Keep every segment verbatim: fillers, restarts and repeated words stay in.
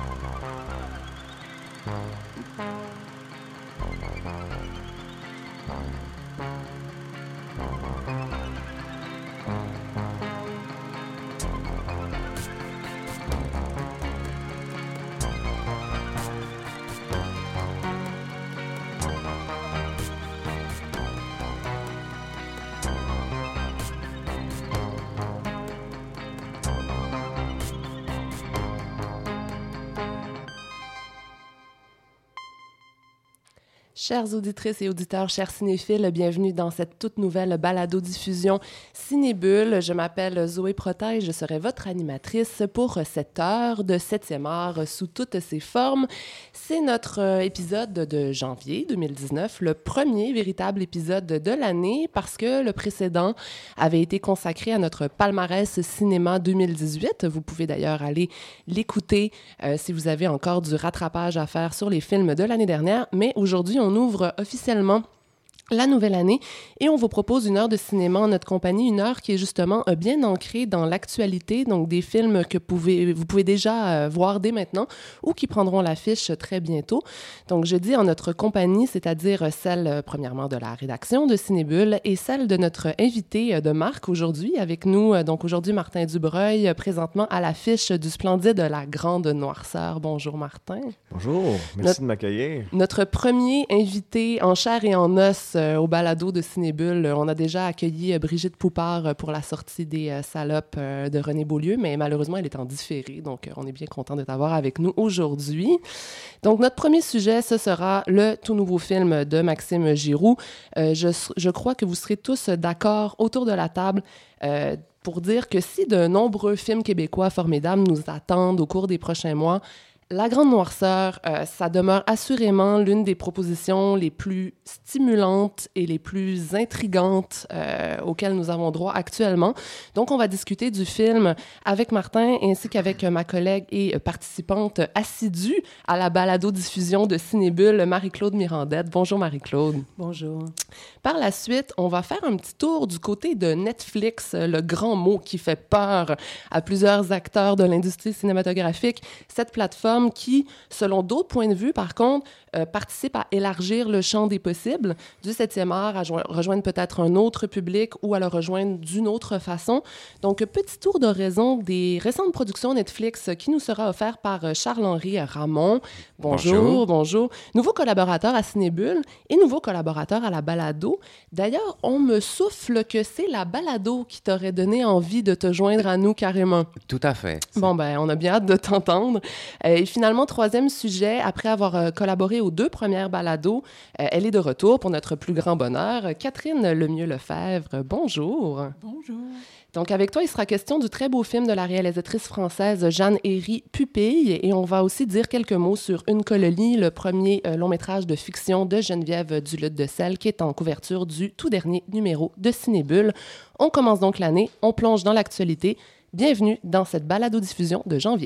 Chères auditrices et auditeurs, chers cinéphiles, bienvenue dans cette toute nouvelle balado-diffusion Cinébulle. Je m'appelle Zoé Prota et je serai votre animatrice pour cette heure de septième art sous toutes ses formes. C'est notre épisode de janvier deux mille dix-neuf, le premier véritable épisode de l'année parce que le précédent avait été consacré à notre palmarès cinéma deux mille dix-huit. Vous pouvez d'ailleurs aller l'écouter euh, si vous avez encore du rattrapage à faire sur les films de l'année dernière. Mais aujourd'hui, on ouvre officiellement la nouvelle année et on vous propose une heure de cinéma en notre compagnie, une heure qui est justement euh, bien ancrée dans l'actualité, donc des films que pouvez, vous pouvez déjà euh, voir dès maintenant ou qui prendront l'affiche très bientôt. Donc je dis en notre compagnie, c'est-à-dire celle euh, premièrement de la rédaction de Cinébulle et celle de notre invité euh, de marque aujourd'hui avec nous. Euh, donc aujourd'hui Martin Dubreuil, euh, présentement à l'affiche du splendide La Grande Noirceur. Bonjour Martin. Bonjour, merci notre, de m'accueillir. Notre premier invité en chair et en os Euh, au balado de Cinébulle. On a déjà accueilli euh, Brigitte Poupard euh, pour la sortie des euh, Salopes euh, de René Beaulieu, mais malheureusement, elle est en différé, donc euh, on est bien content de t'avoir avec nous aujourd'hui. Donc, notre premier sujet, ce sera le tout nouveau film de Maxime Giroux. Euh, je, je crois que vous serez tous d'accord autour de la table euh, pour dire que si de nombreux films québécois formidables nous attendent au cours des prochains mois, La Grande Noirceur, euh, ça demeure assurément l'une des propositions les plus stimulantes et les plus intrigantes euh, auxquelles nous avons droit actuellement. Donc, on va discuter du film avec Martin ainsi qu'avec ma collègue et participante assidue à la balado-diffusion de Cinébulle, Marie-Claude Mirandette. Bonjour Marie-Claude. Bonjour. Par la suite, on va faire un petit tour du côté de Netflix, le grand mot qui fait peur à plusieurs acteurs de l'industrie cinématographique. Cette plateforme qui, selon d'autres points de vue, par contre, euh, participe à élargir le champ des possibles du septième art, à jo- rejoindre peut-être un autre public ou à le rejoindre d'une autre façon. Donc, petit tour d'horizon des récentes productions Netflix qui nous sera offert par Charles-Henri Ramon. Bonjour, bonjour, bonjour. Nouveau collaborateur à Cinébulle et nouveau collaborateur à la balado. D'ailleurs, on me souffle que c'est la balado qui t'aurait donné envie de te joindre à nous carrément. Tout à fait. Bon, ben, on a bien hâte de t'entendre. Euh, et finalement, troisième sujet, après avoir euh, collaboré aux deux premières balados, euh, elle est de retour pour notre plus grand bonheur. Catherine Lemieux-Lefebvre, bonjour. Bonjour. Donc, avec toi, il sera question du très beau film de la réalisatrice française Jeanne-Héry Pupille. Et on va aussi dire quelques mots sur Une colonie, le premier euh, long-métrage de fiction de Geneviève Duluth-de-Selle, qui est en couverture du tout dernier numéro de Cinébulle. On commence donc l'année, on plonge dans l'actualité. Bienvenue dans cette balado-diffusion de janvier.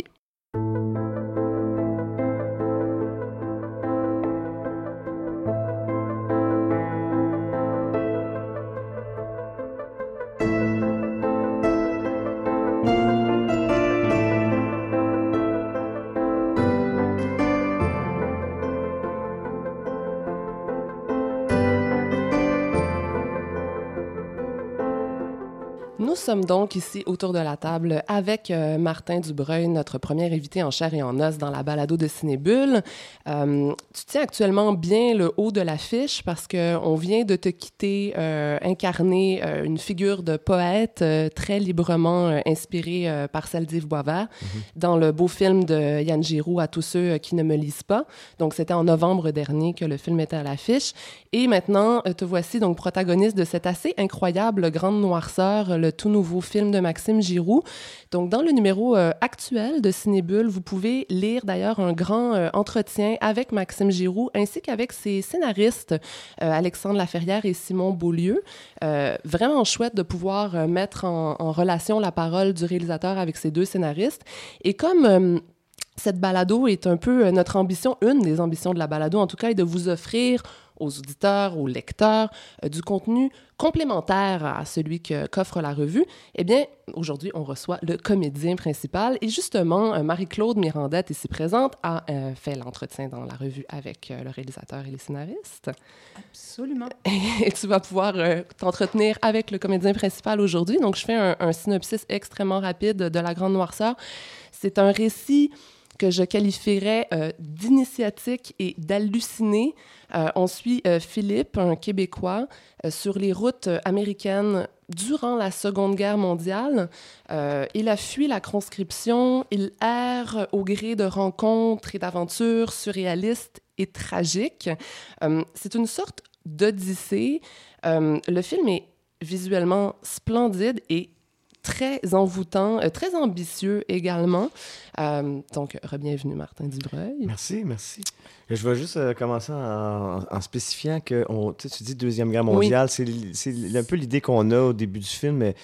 Nous sommes donc ici autour de la table avec euh, Martin Dubreuil, notre premier invité en chair et en os dans la balado de Cinébulle. Euh, tu tiens actuellement bien le haut de l'affiche parce qu'on vient de te quitter euh, incarner euh, une figure de poète euh, très librement euh, inspirée euh, par celle d'Yves Boisvert mm-hmm. dans le beau film de Yann Giroux, À tous ceux euh, qui ne me lisent pas. Donc, c'était en novembre dernier que le film était à l'affiche. Et maintenant, euh, te voici donc protagoniste de cette assez incroyable Grande Noirceur, le tout nouveau film de Maxime Giroux. Donc, dans le numéro euh, actuel de Cinébulle, vous pouvez lire d'ailleurs un grand euh, entretien avec Maxime Giroux ainsi qu'avec ses scénaristes, euh, Alexandre Laferrière et Simon Beaulieu. Euh, vraiment chouette de pouvoir euh, mettre en, en relation la parole du réalisateur avec ces deux scénaristes. Et comme... Euh, Cette balado est un peu notre ambition, une des ambitions de la balado, en tout cas, est de vous offrir aux auditeurs, aux lecteurs, euh, du contenu complémentaire à celui que, qu'offre la revue, eh bien, aujourd'hui, on reçoit le comédien principal. Et justement, euh, Marie-Claude Mirandette, ici présente, a euh, fait l'entretien dans la revue avec euh, le réalisateur et les scénaristes. Absolument. Et tu vas pouvoir euh, t'entretenir avec le comédien principal aujourd'hui. Donc, je fais un, un synopsis extrêmement rapide de La Grande Noirceur. C'est un récit que je qualifierais euh, d'initiatique et d'halluciné. Euh, on suit euh, Philippe, un Québécois, euh, sur les routes euh, américaines durant la Seconde Guerre mondiale. Euh, il a fui la conscription, il erre au gré de rencontres et d'aventures surréalistes et tragiques. Euh, c'est une sorte d'odyssée. Euh, le film est visuellement splendide et très envoûtant, euh, très ambitieux également. Euh, donc, re-bienvenue, Martin Dubreuil. Merci, merci. Je vais juste euh, commencer en, en spécifiant que on, tu dis Deuxième Guerre mondiale, oui. c'est, c'est un peu l'idée qu'on a au début du film, mais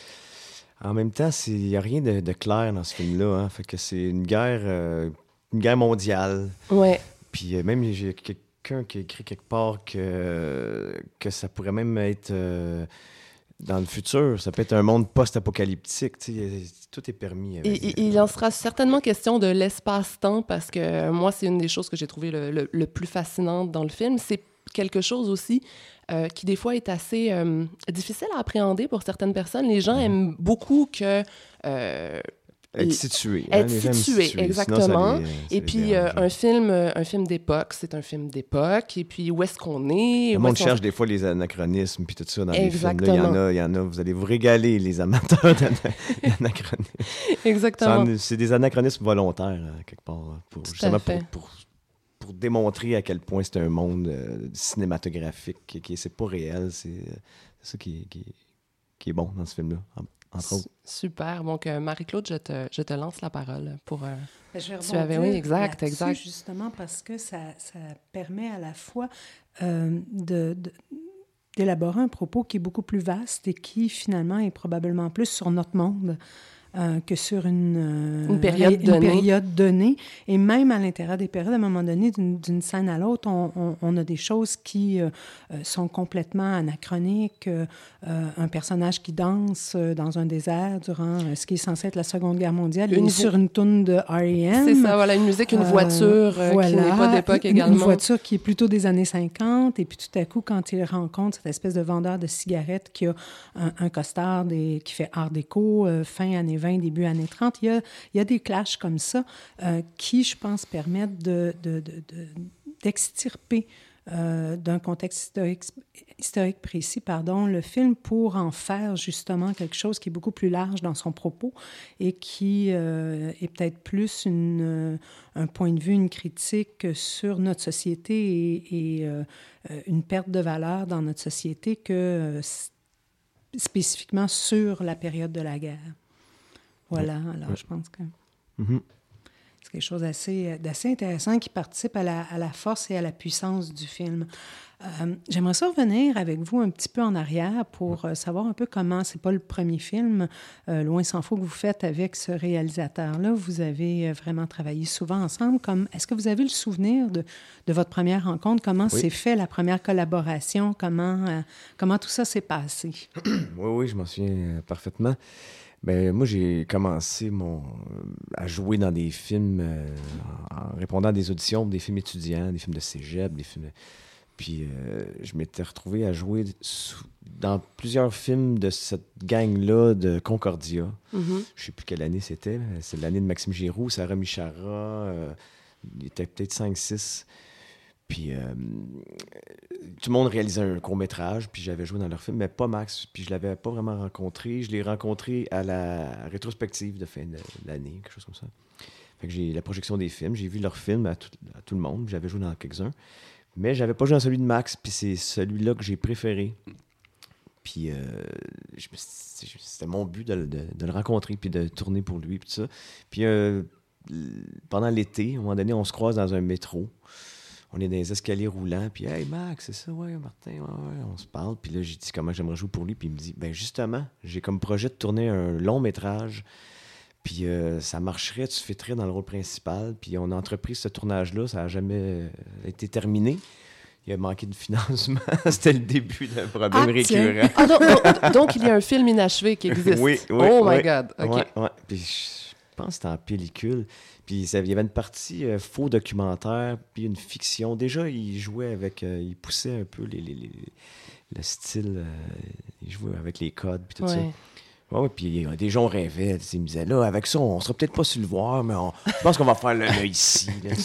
en même temps, il n'y a rien de, de clair dans ce film-là. Hein, fait que c'est une guerre, euh, une guerre mondiale. Ouais. Puis euh, même, j'ai quelqu'un qui a écrit quelque part que, que ça pourrait même être... Euh, dans le futur, ça peut être un monde post-apocalyptique. Tout est permis. Avec... Et, et, il en sera certainement question de l'espace-temps parce que moi, c'est une des choses que j'ai trouvé le, le, le plus fascinante dans le film. C'est quelque chose aussi euh, qui, des fois, est assez euh, difficile à appréhender pour certaines personnes. Les gens mmh. aiment beaucoup que... Euh, Être situé. Être hein, situé, situé, exactement. Les, et puis, euh, un, film, euh, un film d'époque, c'est un film d'époque. Et puis, où est-ce qu'on est? Le monde cherche des fois les anachronismes puis tout ça dans exactement. Les films. Là, il y en a, il y en a. Vous allez vous régaler, les amateurs d'anachronismes. Exactement. C'est des anachronismes volontaires, quelque part, pour, justement pour, pour, pour démontrer à quel point c'est un monde euh, cinématographique qui, qui c'est pas réel. C'est ça qui, qui, qui est bon dans ce film-là. Entre autres. Super. Donc, euh, Marie-Claude, je te, je te lance la parole pour... Euh, ben, je vais tu avais, oui, exact, exact. Justement parce que ça, ça permet à la fois euh, de, de, d'élaborer un propos qui est beaucoup plus vaste et qui, finalement, est probablement plus sur notre monde euh, que sur une, euh, une, période une donnée. période donnée. Et même à l'intérieur des périodes, à un moment donné, d'une, d'une scène à l'autre, on, on, on a des choses qui euh, sont complètement anachroniques. Euh, un personnage qui danse dans un désert durant euh, ce qui est censé être la Seconde Guerre mondiale. Il une est vo- sur une toune de R E M. C'est ça, voilà, une musique, une voiture euh, voilà, qui n'est pas d'époque une, également. Une voiture qui est plutôt des années cinquante. Et puis tout à coup, quand il rencontre cette espèce de vendeur de cigarettes qui a un, un costard des, qui fait art déco, euh, fin années vingt, début années trente, il y a, il y a des clashs comme ça euh, qui, je pense, permettent de, de, de, de, d'extirper Euh, d'un contexte historique, historique précis, pardon, le film pour en faire justement quelque chose qui est beaucoup plus large dans son propos et qui euh, est peut-être plus une, euh, un point de vue, une critique sur notre société et, et euh, une perte de valeur dans notre société que euh, spécifiquement sur la période de la guerre. Voilà, alors ouais. je pense que... Mm-hmm. C'est quelque chose d'assez, d'assez intéressant qui participe à la, à la force et à la puissance du film. Euh, j'aimerais ça revenir avec vous un petit peu en arrière pour euh, savoir un peu comment, c'est pas le premier film, euh, loin s'en faut, que vous faites avec ce réalisateur-là. Vous avez vraiment travaillé souvent ensemble. Comme, est-ce que vous avez le souvenir de, de votre première rencontre? Comment oui. s'est fait la première collaboration? Comment, euh, comment tout ça s'est passé? Oui, oui, je m'en souviens parfaitement. Ben, moi, j'ai commencé mon, à jouer dans des films euh, en répondant à des auditions, des films étudiants, des films de cégep, des films... Puis euh, je m'étais retrouvé à jouer sous, dans plusieurs films de cette gang-là de Concordia. Mm-hmm. Je ne sais plus quelle année c'était. C'est l'année de Maxime Giroux, Sarah Michara. Euh, il était peut-être cinq six. Puis euh, tout le monde réalisait un court-métrage, puis j'avais joué dans leur film, mais pas Max. Puis je l'avais pas vraiment rencontré. Je l'ai rencontré à la rétrospective de fin de l'année, quelque chose comme ça. Fait que j'ai la projection des films, j'ai vu leurs films à tout, à tout le monde. J'avais joué dans quelques-uns. Mais j'avais pas joué dans celui de Max, puis c'est celui-là que j'ai préféré. Puis euh, je me, c'était mon but de, de, de le rencontrer, puis de tourner pour lui, puis tout ça. Puis euh, pendant l'été, à un moment donné, on se croise dans un métro. On est dans les escaliers roulants, puis « Hey, Max, c'est ça, ouais, Martin, ouais, ouais. » On se parle, puis là, j'ai dit comment j'aimerais jouer pour lui, puis il me dit « Ben justement, j'ai comme projet de tourner un long-métrage, puis euh, ça marcherait, tu fitterais dans le rôle principal. » Puis on a entrepris ce tournage-là, ça n'a jamais été terminé. il a manqué de financement. C'était le début d'un problème ah, récurrent. Ah, donc, donc, donc, il y a un film inachevé qui existe. Oui, oui. Oh oui. my God. OK. Ouais, ouais. Puis je pense que c'était en pellicule. Puis ça, il y avait une partie euh, faux documentaire, puis une fiction. Déjà, il jouait avec... Euh, il poussait un peu les, les, les, le style. Euh, il jouait avec les codes, puis tout Ouais. ça. Ouais, ouais, puis euh, des gens rêvaient. Ils me disaient, là, avec ça, on serait peut-être pas su le voir, mais on, je pense qu'on va faire le là ici. Là,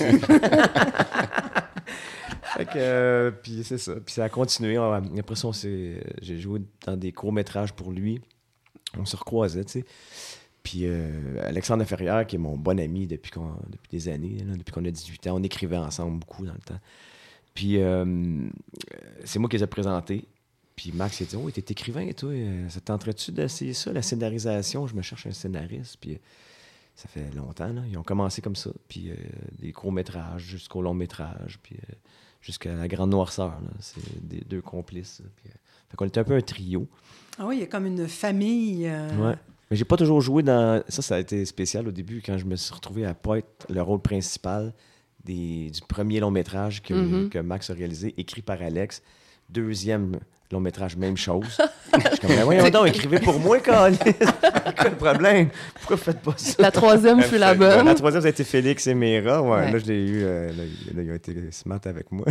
fait que, euh, puis c'est ça. Puis ça a continué. Après ça, on s'est, j'ai joué dans des courts-métrages pour lui. On se recroisait, tu sais. Puis euh, Alexandre Laferrière, qui est mon bon ami depuis, qu'on, depuis des années, là, depuis qu'on a dix-huit ans, on écrivait ensemble beaucoup dans le temps. Puis euh, c'est moi qui les ai présentés. Puis Max, il a dit « Oh, t'es écrivain, toi, ça te tenterait-tu d'essayer ça, la scénarisation? Je me cherche un scénariste. » Puis ça fait longtemps, là. Ils ont commencé comme ça. Puis euh, des courts-métrages jusqu'au long-métrage, puis euh, jusqu'à La Grande Noirceur, là. C'est des deux complices. Puis, euh, fait qu'on était un peu un trio. Ah oui, il y a comme une famille. Euh... Ouais. Mais j'ai pas toujours joué dans... Ça, ça a été spécial au début, quand je me suis retrouvé à pas être le rôle principal des... du premier long-métrage que, mm-hmm. que Max a réalisé, écrit par Alex. Deuxième long-métrage, même chose. Je suis comme, ben voyons donc, écrivez pour moi, Colin. C'est quoi le problème? Pourquoi vous faites pas ça? La troisième fut la bonne. La troisième, ça a été Félix et Mera. Ouais, ouais. Là, je l'ai eu. Euh, là, là, ils ont été smart avec moi.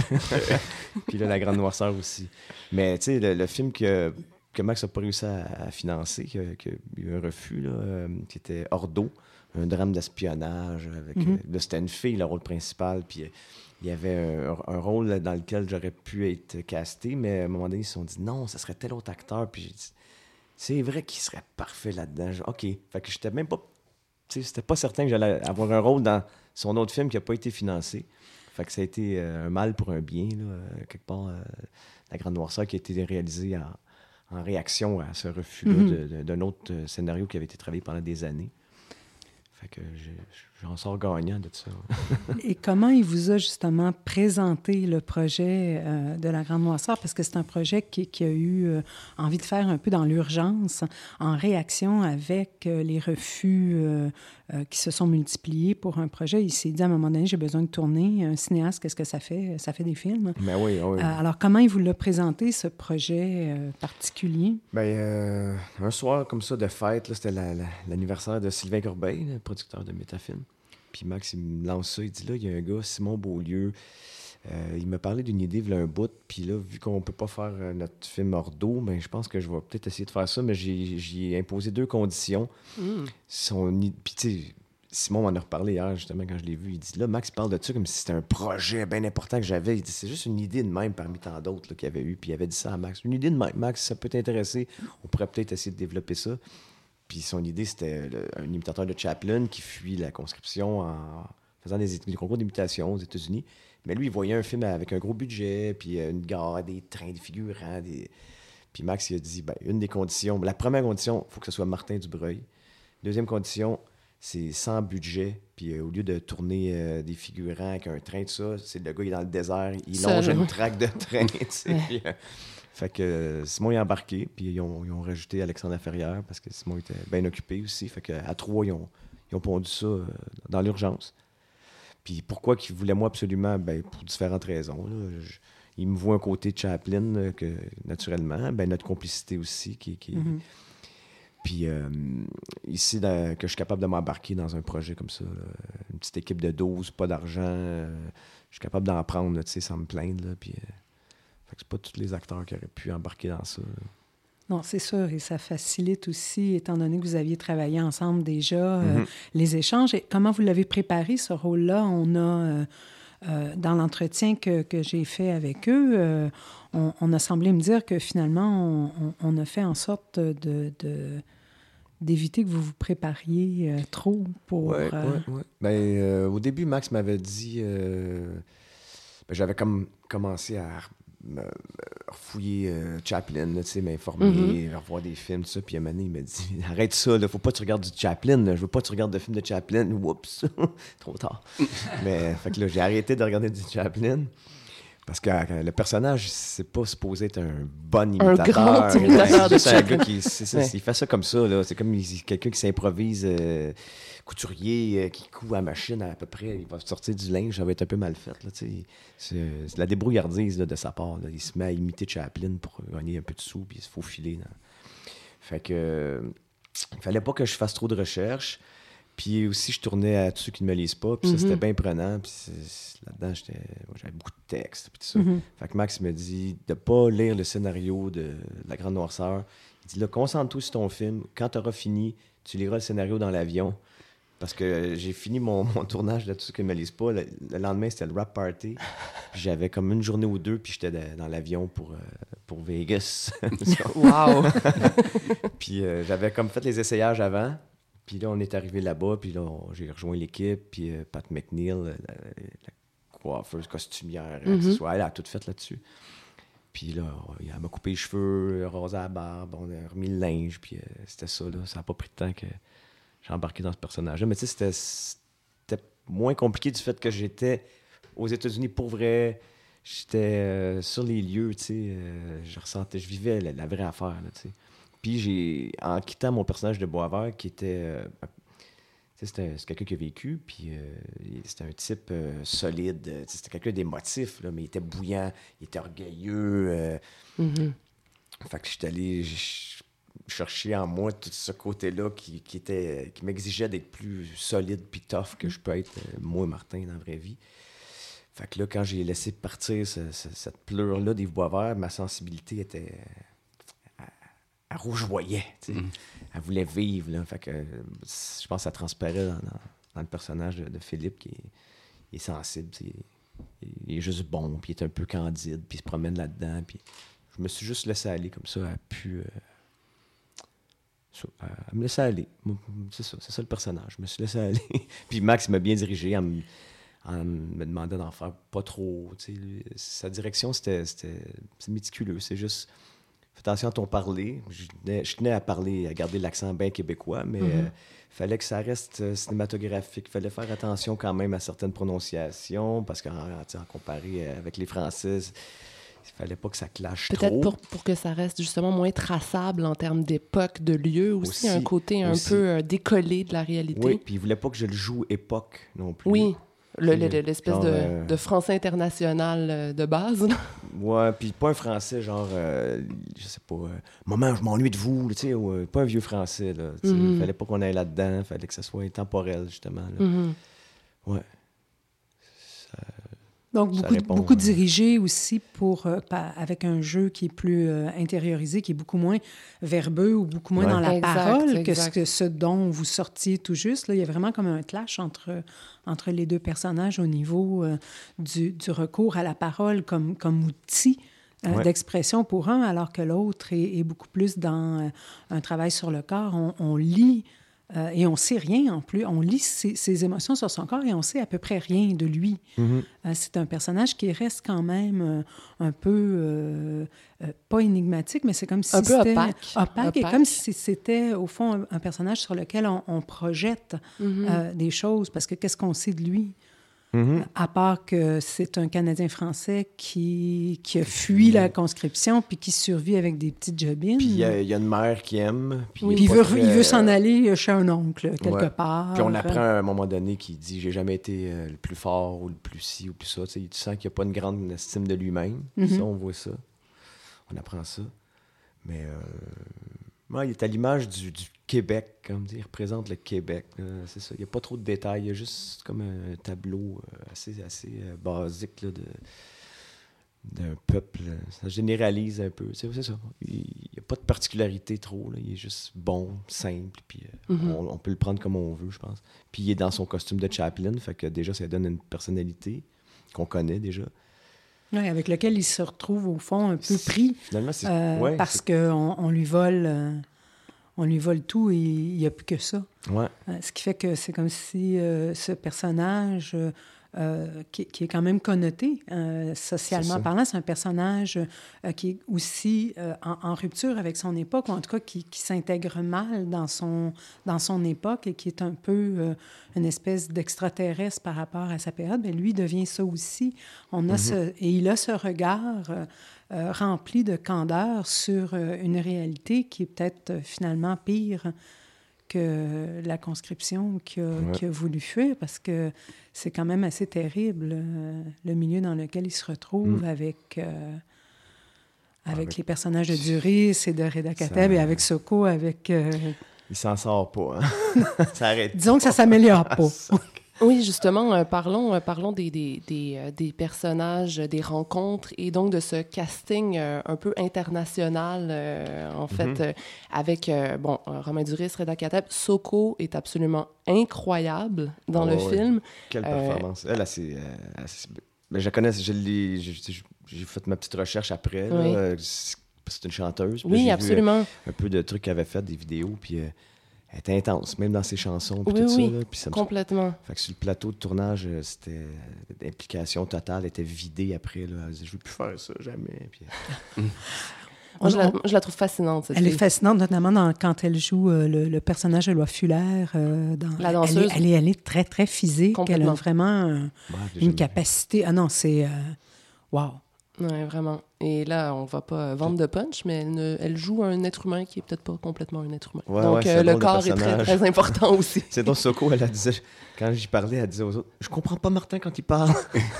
Puis là, La Grande Noirceur aussi. Mais tu sais, le, le film que, que Max n'a pas réussi à, à financer, qu'il y a eu un refus, là, euh, qui était Ordo, un drame d'espionnage. Avec, mm-hmm. euh, là, c'était une fille, le rôle principal. Puis euh, il y avait un, un rôle dans lequel j'aurais pu être casté, mais à un moment donné, ils se sont dit non, ça serait tel autre acteur. Puis j'ai dit, c'est vrai qu'il serait parfait là-dedans. J'ai, OK. Fait que j'étais même pas. Tu sais, c'était pas certain que j'allais avoir un rôle dans son autre film qui n'a pas été financé. Fait que ça a été euh, un mal pour un bien, là, euh, quelque part. Euh, La Grande Noirceur qui a été réalisée en, en réaction à ce refus-là mm-hmm. de, de, d'un autre scénario qui avait été travaillé pendant des années. Fait que j'ai, j'en sors gagnant de ça. Et comment il vous a justement présenté le projet euh, de La Grande Noirceur? Parce que c'est un projet qui, qui a eu euh, envie de faire un peu dans l'urgence, en réaction avec euh, les refus euh, euh, qui se sont multipliés pour un projet. Il s'est dit à un moment donné, j'ai besoin de tourner. Un cinéaste, qu'est-ce que ça fait? Ça fait des films. Ben oui, oui. Euh, alors, comment il vous l'a présenté, ce projet euh, particulier? Ben, euh, un soir comme ça de fête, là, c'était la, la, l'anniversaire de Sylvain Corbeil, le producteur de Métafilm. Puis Max, il me lance ça, il dit là, il y a un gars, Simon Beaulieu, euh, il m'a parlé d'une idée, il y a un bout, puis là, vu qu'on peut pas faire euh, notre film Ordo, ben, je pense que je vais peut-être essayer de faire ça, mais j'ai, j'ai imposé deux conditions. Mm. Son, puis tu sais, Simon m'en a reparlé hier, justement, quand je l'ai vu, il dit là, Max, il parle de ça comme si c'était un projet bien important que j'avais. Il dit, c'est juste une idée de même parmi tant d'autres là, qu'il y avait eu, puis il avait dit ça à Max. Une idée de même, Max, ça peut t'intéresser, on pourrait peut-être essayer de développer ça. Puis son idée, c'était le, un imitateur de Chaplin qui fuit la conscription en faisant des, des concours d'imitation aux États-Unis. Mais lui, il voyait un film avec un gros budget, puis une gare, des trains, des figurants. Des... Puis Max, il a dit, ben, une des conditions, la première condition, il faut que ce soit Martin Dubreuil. Deuxième condition, c'est sans budget. Puis euh, au lieu de tourner euh, des figurants avec un train, tout ça, c'est le gars, il est dans le désert, il Seul, longe oui. une traque de train, tu sais. Ouais. euh, Fait que euh, Simon est embarqué, puis ils ont, ils ont rajouté Alexandre Laferrière parce que Simon était bien occupé aussi. Fait qu'à trois, ils ont, ils ont pondu ça euh, dans l'urgence. Puis pourquoi qu'ils voulaient moi absolument? Ben, pour différentes raisons. Là. Je, ils me voient un côté de Chaplin, euh, que, naturellement. Ben, notre complicité aussi. Qui, qui... Mm-hmm. Puis euh, ici, dans, que je suis capable de m'embarquer dans un projet comme ça. Là. Une petite équipe de douze, pas d'argent. Euh, je suis capable d'en prendre, là, sans me plaindre. Là, puis, euh, fait que c'est pas tous les acteurs qui auraient pu embarquer dans ça. Non, c'est sûr. Et ça facilite aussi, étant donné que vous aviez travaillé ensemble déjà, mm-hmm. euh, les échanges. Et comment vous l'avez préparé, ce rôle-là? On a, euh, euh, dans l'entretien que, que j'ai fait avec eux, euh, on, on a semblé me dire que finalement, on, on a fait en sorte de... de d'éviter que vous vous prépariez euh, trop pour... Oui, euh... oui, oui. Ben, euh, au début, Max m'avait dit... Euh, ben, j'avais comme commencé à me refouiller euh, Chaplin, tu sais, m'informer, mm-hmm. revoir des films, tout ça. Puis à un moment donné, il m'a dit, arrête ça, là, faut pas que tu regardes du Chaplin, là. Je veux pas que tu regardes de films de Chaplin. Oups, trop tard. Mais fait que là, j'ai arrêté de regarder du Chaplin. Parce que euh, le personnage, c'est pas supposé être un bon imitateur. Un grand imitateur de C'est un Chaplin. gars qui... C'est ça, Ouais. il fait ça comme ça, là. C'est comme il- quelqu'un qui s'improvise euh, couturier, euh, qui coud à machine à peu près. Il va sortir du linge, ça va être un peu mal fait, là, tu sais. C'est, c'est de la débrouillardise, là, de sa part, là. Il se met à imiter Chaplin pour gagner un peu de sous, puis il se faufiler. Là. Fait que... euh, il fallait pas que je fasse trop de recherches. Puis aussi, je tournais à tous ceux qui ne me lisent pas. Puis ça, Mhm. c'était bien prenant. Puis c'est- c'est- là-dedans, j'étais, moi, j'avais beaucoup de textes. Puis tout ça. Mhm. Fait que Max me dit de pas lire le scénario de La Grande Noirceur. Il dit là, concentre-toi sur ton film. Quand tu auras fini, tu liras le scénario dans l'avion. Parce que j'ai fini mon, mon tournage de tous ceux qui ne me lisent pas. Le, le lendemain, c'était le rap party. Puis j'avais comme une journée ou deux. Puis j'étais de- dans l'avion pour, euh, pour Vegas. Wow! Puis euh, j'avais comme fait les essayages avant. Puis là, on est arrivé là-bas. Puis là, on- j'ai rejoint l'équipe. Puis euh, Pat McNeil, la, la coiffeuse, costumière, Mhm. accessoire, elle a tout fait là-dessus. Puis là, elle m'a coupé les cheveux, rasé la barbe, on a remis le linge. Puis euh, c'était ça, là. Ça n'a pas pris de temps que j'ai embarqué dans ce personnage-là. Mais tu sais, c'était, c'était moins compliqué du fait que j'étais aux États-Unis pour vrai. J'étais euh, sur les lieux, tu sais. euh, je ressentais, je vivais la, la vraie affaire, là, tu sais. Puis j'ai, en quittant mon personnage de Boisvert, qui était... euh, tu sais, c'était, c'est quelqu'un qui a vécu, puis euh, il- c'était un type euh, solide. euh, tu sais, c'était quelqu'un d'émotif, là, mais il était bouillant, il était orgueilleux. euh, Mhm. fait que j'étais allé ch- chercher en moi tout ce côté-là qui, qui, était, qui m'exigeait d'être plus solide puis tough que je peux être, euh, moi et Martin, dans la vraie vie. Fait que là, quand j'ai laissé partir ce- ce- cette pleure-là d'Yves Boisvert, ma sensibilité était... Elle, elle rougeoyait, tu sais. Mhm. Elle voulait vivre, là. Fait que euh, je pense que ça transparaît dans, dans- dans le personnage de, de Philippe, qui est, il est sensible, tu sais. Il, il est juste bon, puis il est un peu candide, puis il se promène là-dedans, puis je me suis juste laissé aller comme ça, à pu... euh, so- à, à me laisser aller. Moi, c'est ça, c'est ça le personnage. Je me suis laissé aller. Puis Max m'a bien dirigé en me, en me demandant d'en faire pas trop. Tu sais, lui, sa direction, c'était, c'était c'est méticuleux. C'est juste, fais attention à ton parler. Je tenais, je tenais à parler, à garder l'accent bien québécois, mais il Mhm. fallait que ça reste euh, cinématographique. Il fallait faire attention quand même à certaines prononciations, parce qu'en tu sais, en comparé avec les Français, il fallait pas que ça clash Peut-être trop. pour, pour que ça reste justement moins traçable en termes d'époque, de lieu aussi, Aussi, un côté un aussi. peu euh, décollé de la réalité. Oui, puis il voulait pas que je le joue époque non plus. Oui, le- le- C'est le- l'espèce genre, de, euh, de français international euh, de base. là. Ouais, puis pas un français genre, euh, je sais pas, euh, maman, je m'ennuie de vous, tu sais, ou, euh, pas un vieux français, là. Tu sais, Mhm. fallait pas qu'on aille là-dedans, fallait que ça soit intemporel, justement. Là. Mhm. Ouais. Donc, Ça beaucoup, répond, beaucoup euh, dirigé aussi pour, euh, pa- avec un jeu qui est plus euh, intériorisé, qui est beaucoup moins verbeux ou beaucoup moins Ouais. dans la Exact, parole que ce, exact. que ce dont vous sortiez tout juste. Là, il y a vraiment comme un clash entre, entre les deux personnages au niveau euh, du, du recours à la parole comme, comme outil euh, Ouais. d'expression pour un, alors que l'autre est, est beaucoup plus dans euh, un travail sur le corps. On, on lit... euh, et on sait rien en plus. On lit ses, ses émotions sur son corps et on sait à peu près rien de lui. Mhm. Euh, c'est un personnage qui reste quand même euh, un peu, euh, euh, pas énigmatique, mais c'est comme si Un peu c'était... opaque. Opaque, et Opaque. comme si c'était, au fond, un, un personnage sur lequel on, on projette Mhm. euh, des choses, parce que qu'est-ce qu'on sait de lui? Mhm. À part que c'est un Canadien-Français qui, qui a fui la conscription puis qui survit avec des petites jobines. Puis il y, a- il y a une mère qui aime. Puis Puis il, est il pas veut, très- il veut s'en aller chez un oncle, quelque Ouais. part. Puis on apprend à un moment donné qu'il dit j'ai jamais été euh, le plus fort ou le plus ci ou plus ça. Tu sais, tu sens qu'il n'y a pas une grande estime de lui-même. Mhm. Ça, on voit ça. On apprend ça. Mais euh, ouais, il est à l'image du, du Québec, comme dire, il représente le Québec. là. C'est ça. Il n'y a pas trop de détails. Il y a juste comme un tableau euh, assez, assez euh, basique là, de, d'un peuple. Ça généralise un peu. C'est, c'est ça. Il n'y a pas de particularité trop. Là. Il est juste bon, simple. Puis euh, Mhm. on, on peut le prendre comme on veut, je pense. Puis il est dans son costume de Chaplin. Fait que déjà, ça donne une personnalité qu'on connaît déjà. Oui, avec lequel il se retrouve, au fond, un peu pris. Finalement, c'est. Euh, ouais, parce c'est- qu'on on lui vole euh, on lui vole tout et il n'y a plus que ça. Ouais. Euh, ce qui fait que c'est comme si euh, ce personnage euh, euh, qui, qui est quand même connoté euh, socialement parlant. C'est un personnage euh, qui est aussi euh, en, en rupture avec son époque, ou en tout cas qui, qui s'intègre mal dans son, dans son époque et qui est un peu euh, une espèce d'extraterrestre par rapport à sa période. Bien, lui devient ça aussi. On a mm-hmm. ce, et il a ce regard euh, euh, rempli de candeur sur euh, une réalité qui est peut-être euh, finalement pire que la conscription qu'il a, ouais. qu'il a voulu fuir, parce que c'est quand même assez terrible, euh, le milieu dans lequel il se retrouve, mm. avec, euh, avec, avec les personnages de Duris et de Reda Kateb, ça... et avec Soko, avec... Euh... Il s'en sort pas, hein? Ça arrête. Disons que ça s'améliore pas. Oui, justement, euh, parlons, euh, parlons des, des, des, euh, des personnages, des rencontres, et donc de ce casting euh, un peu international, euh, en fait, mm-hmm. euh, avec, euh, bon, Romain Duris, Reda Kateb. Soko est absolument incroyable dans oh, le oui. film. Quelle performance. Euh... Elle, elle, c'est, euh, elle, c'est... Ben, je la connais, je l'ai, j'ai, j'ai fait ma petite recherche après, oui. là, c'est une chanteuse. Oui, j'ai absolument. Vu, euh, un peu de trucs qu'elle avait fait, des vidéos, puis... Euh, elle était intense, même dans ses chansons, puis oui, tout oui, ça. Là, puis ça me... complètement. Fait que sur le plateau de tournage, c'était l'implication totale, elle était vidée après. Là. Elle disait, je ne veux plus faire ça, jamais. Puis... Moi, je, la, je la trouve fascinante, cette Elle fille. est fascinante, notamment dans, quand elle joue euh, le, le personnage de Loi Fuller. Euh, dans, la danseuse. Elle est, elle est, elle est très, très physique. Elle a vraiment euh, ouais, une capacité... Ah non, c'est... Euh... Wow! Oui, vraiment. Et là, on ne va pas vendre de punch, mais elle, ne, elle joue un être humain qui n'est peut-être pas complètement un être humain. Ouais, donc, ouais, euh, le corps est très, très important aussi. C'est donc Soko, elle, elle disait, quand j'y parlais, elle disait aux autres, « Je comprends pas Martin quand il parle. »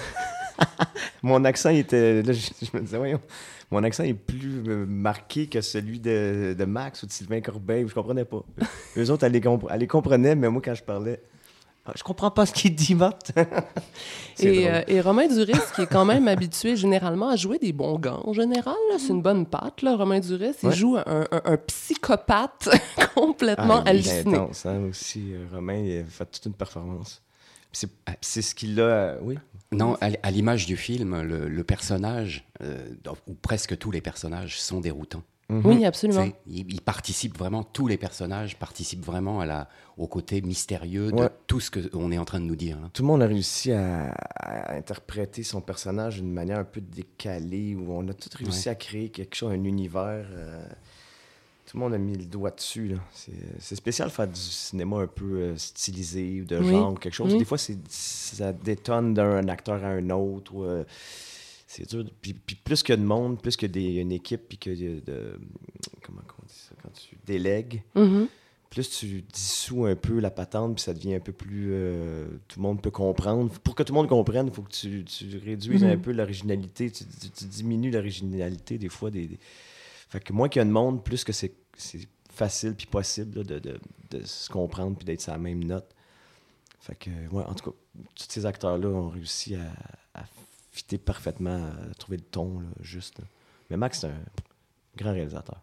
Mon accent, il était... Là, je, je me disais, voyons, mon accent est plus marqué que celui de, de Max ou de Sylvain Corbeil, où je comprenais pas. Eux autres, elle les, comp- elle les comprenait, mais moi, quand je parlais... Je comprends pas ce qu'il dit, Marthe. et, euh, et Romain Duris, qui est quand même habitué généralement à jouer des bons gants, en général, là, c'est une bonne patte, là, Romain Duris. Il ouais. joue un, un, un psychopathe complètement ah, halluciné. Il est intense, hein, aussi. Romain, il a fait toute une performance. C'est, c'est ce qu'il a... Oui? Non, à, à l'image du film, le, le personnage, euh, ou presque tous les personnages, sont déroutants. Mm-hmm. Oui, absolument. Il, il participe vraiment, tous les personnages participent vraiment à la, au côté mystérieux de ouais. tout ce qu'on est en train de nous dire. Hein. Tout le monde a réussi à, à interpréter son personnage d'une manière un peu décalée, où on a tous réussi ouais. à créer quelque chose, un univers. Euh, tout le monde a mis le doigt dessus. Là. C'est, c'est spécial de faire du cinéma un peu euh, stylisé, ou de oui. genre, ou quelque chose. Oui. Des fois, c'est, ça détonne d'un acteur à un autre, ou... Euh, c'est dur. Puis, puis plus que de monde, plus que des, une équipe, puis que de, de... Comment on dit ça? Quand tu délègues, mm-hmm. plus tu dissous un peu la patente, puis ça devient un peu plus... Euh, tout le monde peut comprendre. Pour que tout le monde comprenne, il faut que tu, tu réduises mm-hmm. un peu l'originalité. Tu, tu, tu diminues l'originalité, des fois. Des, des... Fait que moins qu'il y a de monde, plus que c'est, c'est facile puis possible là, de, de, de se comprendre puis d'être sur la même note. Fait que, ouais, en tout cas, tous ces acteurs-là ont réussi à... à fitter parfaitement, à trouver le ton là, juste. Là. Mais Max, c'est un grand réalisateur.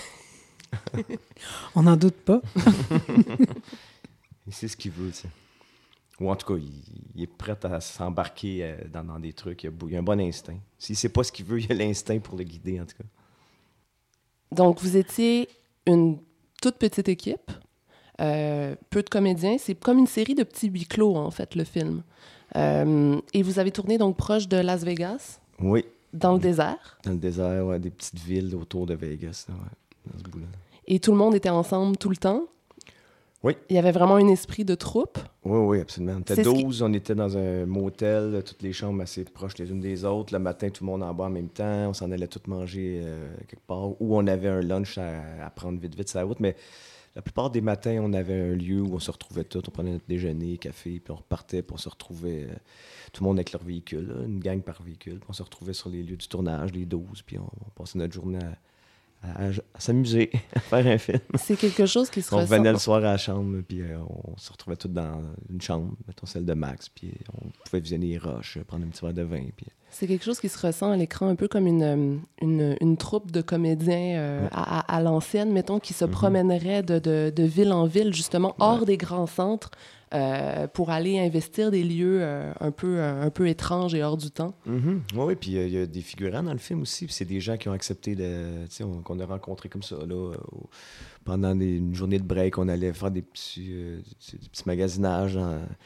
On n'en doute pas. Il sait ce qu'il veut, tu sais. Ou en tout cas, il, il est prêt à s'embarquer euh, dans, dans des trucs. Il a, il a un bon instinct. S'il ne sait pas ce qu'il veut, il a l'instinct pour le guider, en tout cas. Donc, vous étiez une toute petite équipe, euh, peu de comédiens. C'est comme une série de petits huis clos, en fait, le film. Euh, et vous avez tourné donc proche de Las Vegas? Oui. Dans le désert? Dans le désert, ouais, des petites villes autour de Vegas, là, ouais, dans ce bout-là. Et tout le monde était ensemble tout le temps? Oui. Il y avait vraiment un esprit de troupe? Oui, oui, absolument. On était C'est douze, qui... on était dans un motel, toutes les chambres assez proches les unes des autres. Le matin, tout le monde en bas en même temps. On s'en allait tous manger euh, quelque part. Ou on avait un lunch à, à prendre vite, vite sur la route. Mais la plupart des matins, on avait un lieu où on se retrouvait tous. On prenait notre déjeuner, café, puis on repartait, puis on se retrouvait... Euh, tout le monde avec leur véhicule, là, une gang par véhicule. Puis on se retrouvait sur les lieux du tournage, les douze, puis on, on passait notre journée à, à, à, à s'amuser, à faire un film. C'est quelque chose qui se on ressent. On revenait le soir à la chambre, puis euh, on se retrouvait tous dans une chambre, mettons celle de Max, puis on pouvait visionner les roches, prendre un petit verre de vin. Puis... C'est quelque chose qui se ressent à l'écran, un peu comme une, une, une troupe de comédiens euh, ouais. à, à, à l'ancienne, mettons, qui se mm-hmm. promènerait de, de, de ville en ville, justement, hors ouais. des grands centres, euh, pour aller investir des lieux euh, un, peu, euh, un peu étranges et hors du temps. Mm-hmm. Oui, oui, puis il euh, y a des figurants dans le film aussi, puis c'est des gens qui ont accepté, de, on, qu'on a rencontrés comme ça, là, euh, pendant des, une journée de break, on allait faire des petits, euh, des, des petits magasinages. Dans,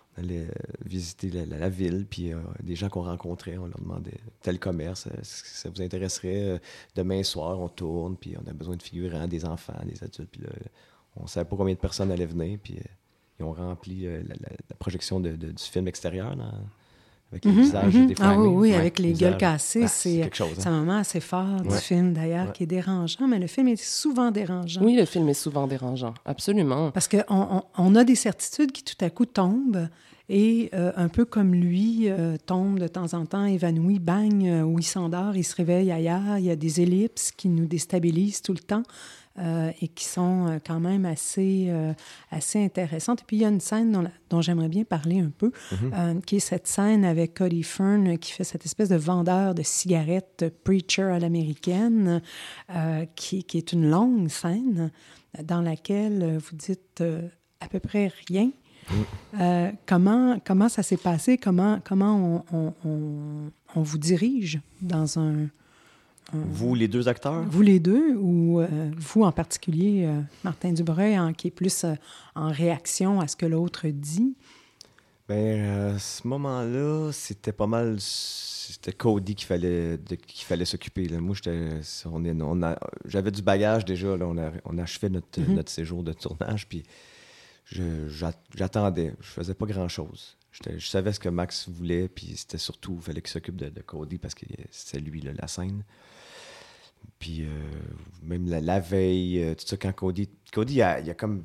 On allait euh, visiter la, la, la ville, puis euh, des gens qu'on rencontrait, on leur demandait tel commerce, est-ce que ça vous intéresserait? Euh, demain soir, on tourne, puis on a besoin de figurants, des enfants, des adultes. Puis là, on ne savait pas combien de personnes allaient venir, puis euh, ils ont rempli euh, la, la, la projection de, de, du film extérieur, là, avec les mm-hmm, visages mm-hmm. déformés. Ah oui, oui, ouais, avec les gueules cassées. Ah, c'est, c'est, chose, hein? c'est un moment assez fort du ouais. film, d'ailleurs, ouais. qui est dérangeant, mais le film est souvent dérangeant. Oui, le film est souvent dérangeant, absolument. Parce qu'on on, on a des certitudes qui, tout à coup, tombent, et euh, un peu comme lui, euh, tombe de temps en temps, évanoui, bang, euh, où il s'endort, il se réveille ailleurs. Il y a des ellipses qui nous déstabilisent tout le temps. Euh, et qui sont euh, quand même assez, euh, assez intéressantes. Et puis, il y a une scène dont, la, dont j'aimerais bien parler un peu, mm-hmm. euh, qui est cette scène avec Cody Fern, qui fait cette espèce de vendeur de cigarettes, preacher à l'américaine, euh, qui, qui est une longue scène dans laquelle vous dites euh, à peu près rien. Mm. Euh, comment, comment ça s'est passé? Comment, comment on, on, on, on vous dirige dans un... Vous, les deux acteurs? Vous, les deux, ou euh, vous en particulier, euh, Martin Dubreuil, en, qui est plus euh, en réaction à ce que l'autre dit? Bien, à ce moment-là, c'était pas mal... C'était Cody qu'il fallait, de, qu'il fallait s'occuper. Là. Moi, j'étais, on est, on a, j'avais du bagage déjà. Là. On, a, on achevait notre, mm-hmm. notre séjour de tournage, puis je, j'attendais. Je faisais pas grand-chose. J'étais, je savais ce que Max voulait, puis c'était surtout, il fallait qu'il s'occupe de, de Cody, parce que c'était lui, là, la scène. Puis euh, même la, la veille, euh, tout ça, quand Cody... Cody, il a, il a comme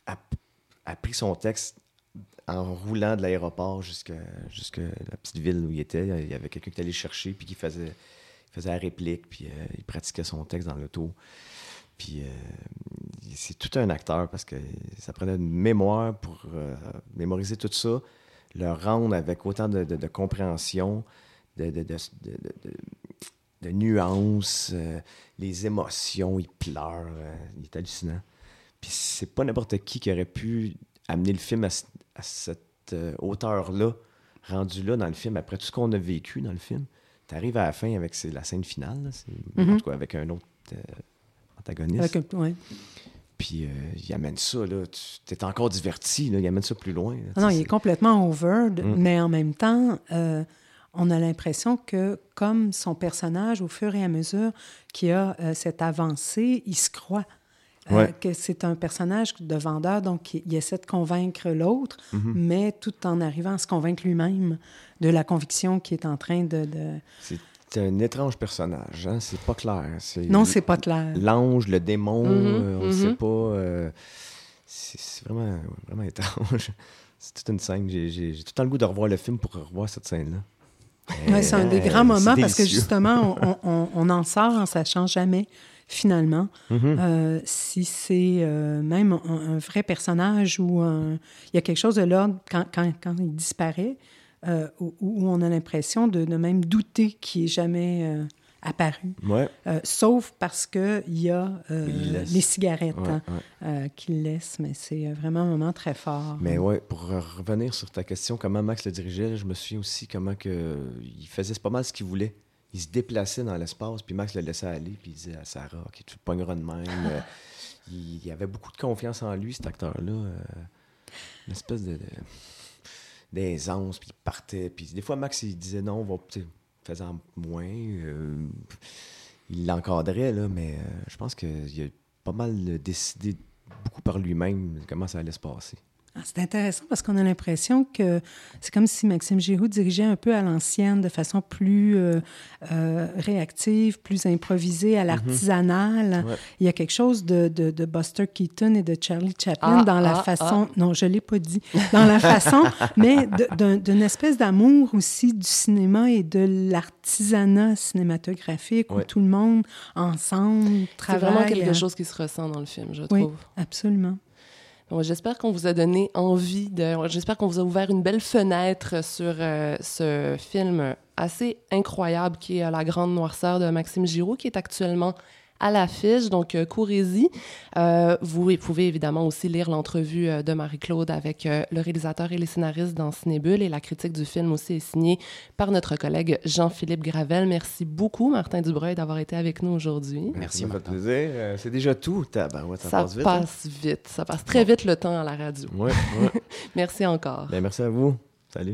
appris son texte en roulant de l'aéroport jusqu'à, jusqu'à la petite ville où il était. Il y avait quelqu'un qui allait le chercher, puis qui faisait, il faisait la réplique, puis euh, il pratiquait son texte dans l'auto. Puis euh, c'est tout un acteur, parce que ça prenait une mémoire pour euh, mémoriser tout ça, le rendre avec autant de, de, de compréhension, de... de, de, de, de de nuances, euh, les émotions, il pleure, euh, il est hallucinant. Puis c'est pas n'importe qui qui aurait pu amener le film à, à cette euh, hauteur-là, rendu là dans le film, après tout ce qu'on a vécu dans le film. T'arrives à la fin avec c'est, la scène finale, là, c'est, mm-hmm. en tout cas avec un autre euh, antagoniste. Avec un, ouais. Puis euh, il amène ça, là, tu es encore diverti, là, il amène ça plus loin. Là, non, non, c'est... il est complètement over, mm. mais en même temps... Euh, on a l'impression que, comme son personnage, au fur et à mesure qu'il a euh, cette avancée, il se croit euh, ouais. que c'est un personnage de vendeur, donc il, il essaie de convaincre l'autre, mm-hmm. mais tout en arrivant à se convaincre lui-même de la conviction qu'il est en train de... de... C'est un étrange personnage, hein? C'est pas clair. C'est non, c'est pas clair. L'ange, le démon, mm-hmm. euh, on ne mm-hmm. sait pas. Euh, c'est, c'est vraiment, vraiment étrange. C'est toute une scène. J'ai, j'ai, j'ai tout le temps le goût de revoir le film pour revoir cette scène-là. Oui, c'est un des grands moments parce que justement, on, on, on en sort en sachant jamais, finalement, mm-hmm. euh, si c'est euh, même un, un vrai personnage ou un... il y a quelque chose de l'ordre quand, quand, quand il disparaît, euh, où, où on a l'impression de, de même douter qu'il n'est jamais euh, apparu. Ouais. Euh, sauf parce qu'il y a euh, les cigarettes ouais, hein, ouais. Euh, qu'il laisse, mais c'est vraiment un moment très fort. Mais oui, pour revenir sur ta question, comment Max le dirigeait, là, je me souviens aussi comment que, il faisait pas mal ce qu'il voulait. Il se déplaçait dans l'espace, puis Max le laissait aller, puis il disait à Sarah, OK, tu te pogneras de même. euh, il, il avait beaucoup de confiance en lui, cet acteur-là. Euh, une espèce de, de, d'aisance, puis il partait. Puis des fois, Max, il disait non, on va... faisant moins, euh, il l'encadrait, là, mais euh, je pense qu'il a pas mal décidé beaucoup par lui-même comment ça allait se passer. Ah, c'est intéressant parce qu'on a l'impression que c'est comme si Maxime Giroux dirigeait un peu à l'ancienne, de façon plus euh, euh, réactive, plus improvisée, à l'artisanal. Mm-hmm. Ouais. Il y a quelque chose de, de, de Buster Keaton et de Charlie Chaplin ah, dans la ah, façon... Ah. Non, je ne l'ai pas dit. Dans la façon, mais de, d'un, d'une espèce d'amour aussi du cinéma et de l'artisanat cinématographique ouais. où tout le monde, ensemble, travaille. C'est vraiment quelque à... chose qui se ressent dans le film, je oui, trouve. Absolument. Bon, j'espère qu'on vous a donné envie, de, j'espère qu'on vous a ouvert une belle fenêtre sur euh, ce film assez incroyable qui est La Grande Noirceur de Maxime Giroux, qui est actuellement à l'affiche, donc euh, courez-y. Euh, vous pouvez évidemment aussi lire l'entrevue euh, de Marie-Claude avec euh, le réalisateur et les scénaristes dans Cinébule, et la critique du film aussi est signée par notre collègue Jean-Philippe Gravel. Merci beaucoup, Martin Dubreuil, d'avoir été avec nous aujourd'hui. Merci, Ça me fait Martin. plaisir. Euh, c'est déjà tout. Tabarouette, ça, Ça passe vite. passe hein? vite, ça passe très vite le temps à la radio. Ouais, ouais. Merci encore. Ben, merci à vous. Salut.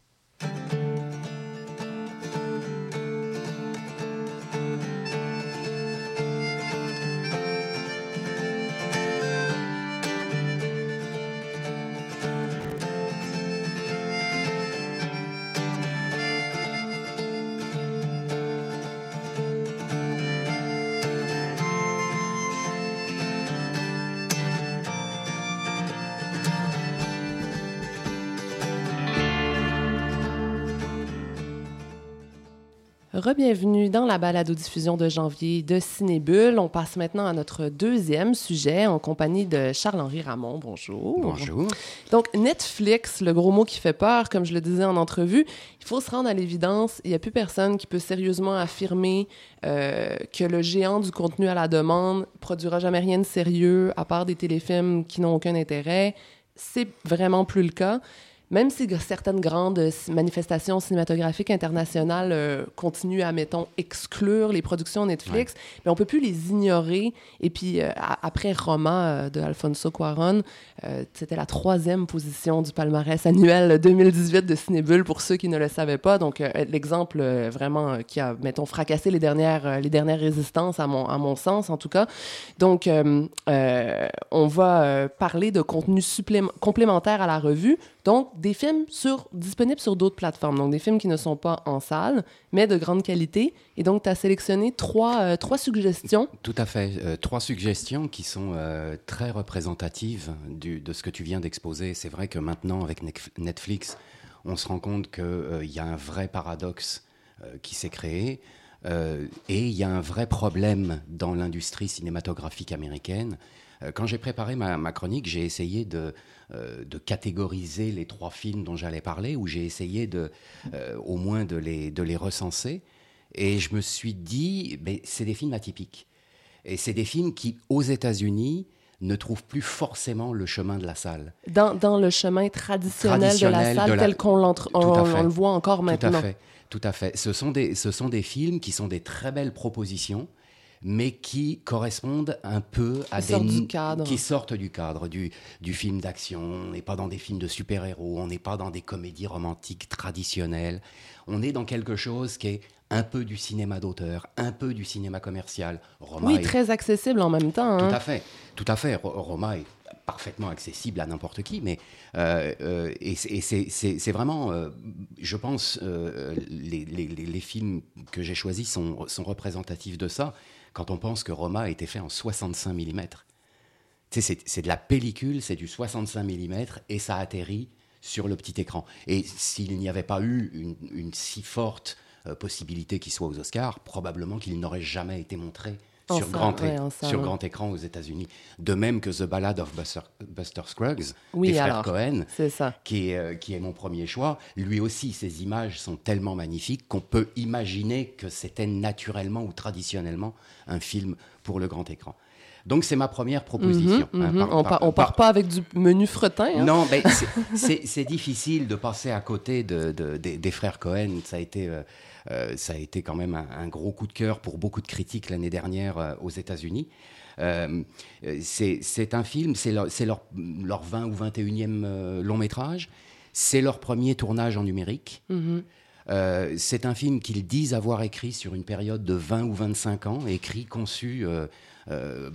Rebienvenue dans la balado-diffusion de janvier de Cinébule. On passe maintenant à notre deuxième sujet en compagnie de Charles-Henri Ramon. Bonjour. Bonjour. Donc, Netflix, le gros mot qui fait peur, comme je le disais en entrevue, il faut se rendre à l'évidence, il n'y a plus personne qui peut sérieusement affirmer euh, que le géant du contenu à la demande produira jamais rien de sérieux, à part des téléfilms qui n'ont aucun intérêt. C'est vraiment plus le cas. Même si certaines grandes manifestations cinématographiques internationales euh, continuent à, mettons, exclure les productions Netflix, ouais. mais on ne peut plus les ignorer. Et puis, euh, après Roma euh, de Alfonso Cuarón, euh, c'était la troisième position du palmarès annuel deux mille dix-huit de Cinébule, pour ceux qui ne le savaient pas. Donc, euh, l'exemple euh, vraiment euh, qui a, mettons, fracassé les dernières, euh, les dernières résistances, à mon, à mon sens, en tout cas. Donc, euh, euh, on va euh, parler de contenu supplé- complémentaire à la revue. Donc, des films sur, disponibles sur d'autres plateformes. Donc, des films qui ne sont pas en salle, mais de grande qualité. Et donc, tu as sélectionné trois, euh, trois suggestions. Tout à fait. Euh, trois suggestions qui sont euh, très représentatives du, de ce que tu viens d'exposer. C'est vrai que maintenant, avec Netflix, on se rend compte qu'il euh, y a un vrai paradoxe euh, qui s'est créé. Euh, et il y a un vrai problème dans l'industrie cinématographique américaine. Euh, quand j'ai préparé ma, ma chronique, j'ai essayé de, euh, de catégoriser les trois films dont j'allais parler, ou j'ai essayé de, euh, au moins de les, de les recenser. Et je me suis dit, ben, c'est des films atypiques. Et c'est des films qui, aux États-Unis, ne trouvent plus forcément le chemin de la salle. Dans, dans le chemin traditionnel, traditionnel de la salle, de la... tel qu'on l'entre... on, on le voit encore maintenant. Tout à fait. Tout à fait. Ce sont des, ce sont des films qui sont des très belles propositions, mais qui correspondent un peu à qui des... Sortent du cadre. Qui sortent du cadre, du, du film d'action. On n'est pas dans des films de super-héros, on n'est pas dans des comédies romantiques traditionnelles. On est dans quelque chose qui est un peu du cinéma d'auteur, un peu du cinéma commercial. Roma oui, est... très accessible en même temps. Hein. Tout à fait. Tout à fait. Roma est parfaitement accessible à n'importe qui, mais euh, euh, et, et c'est, c'est, c'est vraiment, euh, je pense, euh, les, les, les films que j'ai choisis sont, sont représentatifs de ça. Quand on pense que Roma a été fait en soixante-cinq millimètres, tu sais, c'est, c'est de la pellicule, c'est du soixante-cinq millimètres et ça atterrit sur le petit écran. Et s'il n'y avait pas eu une, une si forte euh, possibilité qu'il soit aux Oscars, probablement qu'il n'aurait jamais été montré En sur, salle, grand, é- ouais, salle, sur ouais. grand écran aux États-Unis. De même que The Ballad of Buster, Buster Scruggs, oui, des frères alors, Cohen, c'est ça. Qui, est, euh, qui est mon premier choix. Lui aussi, ses images sont tellement magnifiques qu'on peut imaginer que c'était naturellement ou traditionnellement un film pour le grand écran. Donc, c'est ma première proposition. Mm-hmm, hein, mm-hmm. par, on par, part, on par, part pas avec du menu fretin. Hein? Non, mais c'est, c'est, c'est difficile de passer à côté de, de, de, des frères Cohen. Ça a été... Euh, Euh, ça a été quand même un, un gros coup de cœur pour beaucoup de critiques l'année dernière euh, aux États-Unis. Euh, c'est, c'est un film, c'est leur, c'est leur, leur vingt ou vingt et unième euh, long métrage. C'est leur premier tournage en numérique. Mm-hmm. Euh, c'est un film qu'ils disent avoir écrit sur une période de vingt ou vingt-cinq ans, écrit, conçu, euh, euh,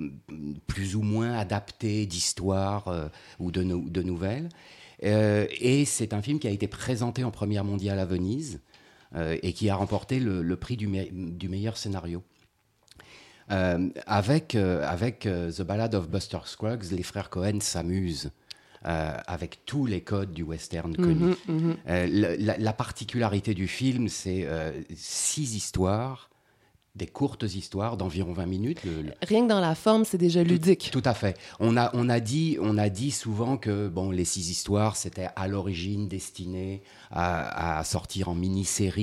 plus ou moins adapté d'histoires euh, ou de, no- de nouvelles. Euh, et c'est un film qui a été présenté en première mondiale à Venise. Euh, et qui a remporté le, le prix du, me- du meilleur scénario. Euh, avec euh, avec euh, The Ballad of Buster Scruggs, les frères Cohen s'amusent euh, avec tous les codes du western connu. Mm-hmm, mm-hmm. Euh, la, la particularité du film, c'est euh, six histoires, des courtes histoires d'environ vingt minutes. Le, le... Rien que dans la forme, c'est déjà ludique. Tout, tout à fait. On a, on, a dit, on a dit souvent que bon, les six histoires, c'était à l'origine destiné à, à sortir en mini-série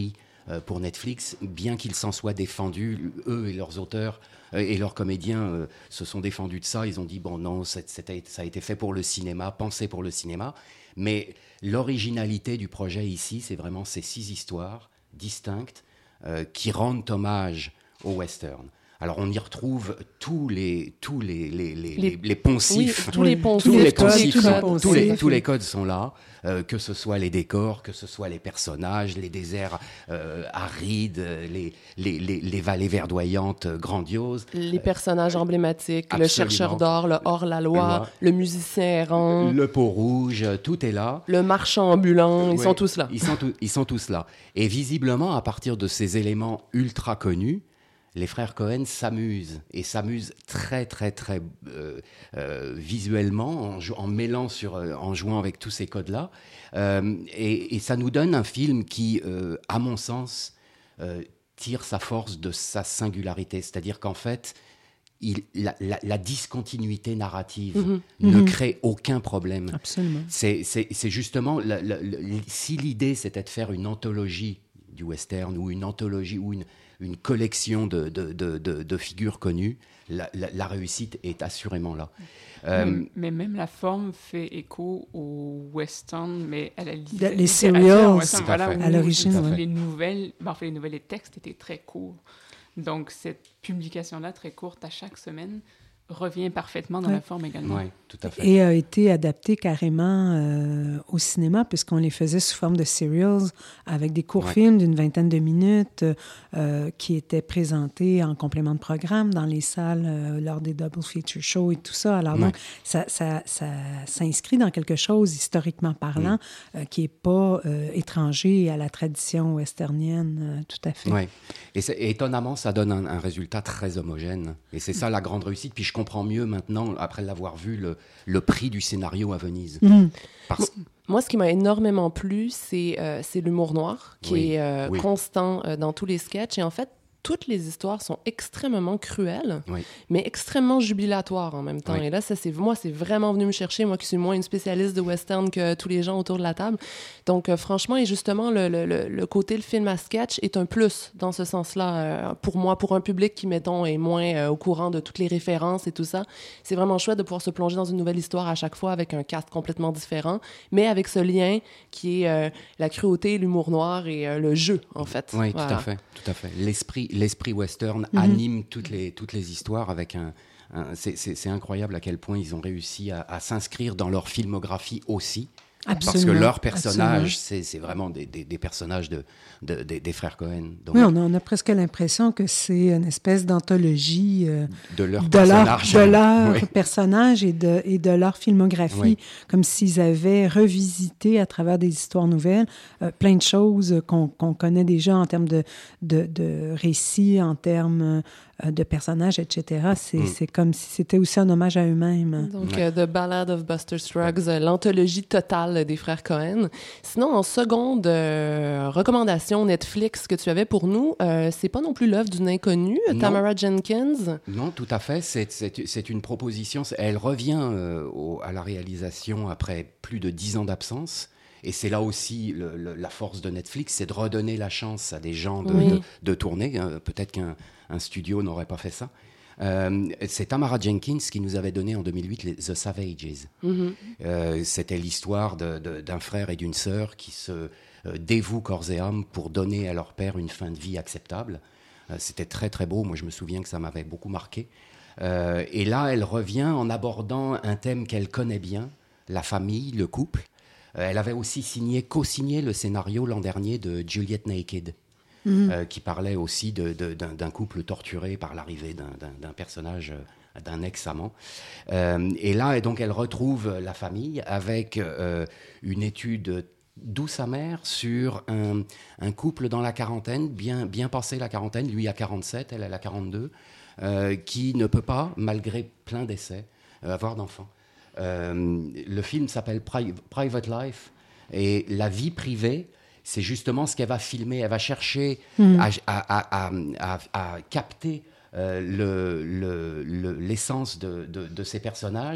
euh, pour Netflix, bien qu'ils s'en soient défendus, eux et leurs auteurs euh, et leurs comédiens euh, se sont défendus de ça. Ils ont dit, bon non, c'est, c'est, ça a été fait pour le cinéma, pensé pour le cinéma. Mais l'originalité du projet ici, c'est vraiment ces six histoires distinctes euh, qui rendent hommage au western. Alors on y retrouve tous les tous les les les, les, les poncifs, oui, tous les poncifs, tous les poncifs, tous les sont- poncifs. tous les tous les codes sont là, euh, que ce soit les décors, que ce soit les personnages, les déserts euh, arides, les les les les vallées verdoyantes euh, grandioses. Les personnages emblématiques, Absolument. le chercheur d'or, le hors-la-loi, Loi. le musicien errant, le, Le pot rouge, tout est là. marchand ambulant, ils Ouais, sont tous là. Ils sont, tous- ils sont tous là. Et visiblement, à partir de ces éléments ultra connus, les frères Cohen s'amusent, et s'amusent très, très, très euh, euh, visuellement, en, jou- en mêlant sur, euh, en jouant avec tous ces codes-là. Euh, et, et ça nous donne un film qui, euh, à mon sens, euh, tire sa force de sa singularité. C'est-à-dire qu'en fait, il, la, la- la discontinuité narrative Mhm. ne Mhm. crée aucun problème. Absolument. C'est, c'est, c'est justement, la- la- la- si l'idée c'était de faire une anthologie du western ou une anthologie ou une, une collection de, de, de, de, de figures connues, la, la, la réussite est assurément là. Euh, mais, mais même la forme fait écho au western, mais à la Les littérature serials, au western, tout à voilà, fait. où À l'origine, les- ouais. les nouvelles, ben, enfin, les nouvelles, les textes étaient très courts. Donc cette publication-là, très courte à chaque semaine, revient parfaitement dans Ouais. la forme également. oui, tout à fait. Et a été adapté carrément euh, au cinéma, puisqu'on les faisait sous forme de serials, avec des courts Ouais. films d'une vingtaine de minutes euh, qui étaient présentés en complément de programme dans les salles euh, lors des double feature shows et tout ça. Alors Ouais. donc, ça, ça, ça s'inscrit dans quelque chose, historiquement parlant, euh, qui n'est pas euh, étranger à la tradition westernienne, euh, tout à fait. Ouais. Et, c'est- et étonnamment, ça donne un, un résultat très homogène. Et c'est ça la grande réussite. Puis je comprends mieux maintenant, après l'avoir vu, le, le prix du scénario à Venise. Mhm. Parce Moi, ce qui m'a énormément plu, c'est euh, c'est l'humour noir qui Oui, est euh, oui. constant euh, dans tous les sketchs. Et en fait, toutes les histoires sont extrêmement cruelles, Oui. mais extrêmement jubilatoires en même temps. Oui. Et là, ça, c'est, moi, c'est vraiment venu me chercher, moi qui suis moins une spécialiste de western que tous les gens autour de la table. Donc, euh, franchement, et justement, le, le, le, le côté le film à sketch est un plus dans ce sens-là. Euh, pour moi, pour un public qui, mettons, est moins euh, au courant de toutes les références et tout ça, c'est vraiment chouette de pouvoir se plonger dans une nouvelle histoire à chaque fois avec un cast complètement différent, mais avec ce lien qui est euh, la cruauté, l'humour noir et euh, le jeu, en fait. Oui, Voilà. tout à fait, tout à fait. L'esprit, l'esprit western anime toutes les, toutes les histoires avec un. un- c'est, c'est- c'est incroyable à quel point ils ont réussi à, à s'inscrire dans leur filmographie aussi. Parce que Absolument, leurs personnages, absolument. c'est, c'est vraiment des, des, des personnages de, de- des- des frères Cohen. Donc, Oui, on a, on a presque l'impression que c'est une espèce d'anthologie euh, de leurs de leur, personnages. de leur Oui. personnage et de, et de leur filmographie, Oui. comme s'ils avaient revisité à travers des histoires nouvelles euh, plein de choses qu'on qu'on connaît déjà en termes de, de, de récits, en termes euh, de personnages, et cetera. C'est Mm. c'est comme si c'était aussi un hommage à eux-mêmes. Donc, Ouais. euh, The Ballad of Buster Scruggs, euh, l'anthologie totale des frères Cohen. Sinon, en seconde euh, recommandation Netflix que tu avais pour nous, euh, c'est pas non plus l'œuvre d'une inconnue, Non. Tamara Jenkins. Non, tout à fait. C'est, c'est, c'est une proposition. Elle revient euh, au- à la réalisation après plus de dix ans d'absence. Et c'est là aussi le- le- la force de Netflix, c'est de redonner la chance à des gens de, Oui. de, de tourner. hein. Peut-être qu'un un studio n'aurait pas fait ça. Euh, c'est Tamara Jenkins qui nous avait donné en deux mille huit les The Savages. Mhm. Euh, c'était l'histoire de- de- d'un frère et d'une sœur qui se euh, dévouent corps et âme pour donner à leur père une fin de vie acceptable. Euh, c'était très très beau, moi je me souviens que ça m'avait beaucoup marqué. Euh, et là, elle revient en abordant un thème qu'elle connaît bien, la famille, le couple. Euh, elle avait aussi signé, co-signé le scénario l'an dernier de Juliet Naked, Mhm. euh, qui parlait aussi de- de- d'un d'un couple torturé par l'arrivée d'un- d'un d'un personnage, euh, d'un ex-amant. Euh, et là, et donc, elle retrouve la famille avec euh, une étude douce amère sur un, un couple dans la quarantaine, bien, bien passé la quarantaine, lui a quarante-sept, elle, elle a quarante-deux, euh, qui ne peut pas, malgré plein d'essais, euh, avoir d'enfants. Euh, le film s'appelle Pri- Private Life, et la vie privée, c'est justement ce qu'elle va filmer. Elle va chercher Mhm. à, à- à- à- à- à capter euh, le- le- le- l'essence de, de- de ces personnages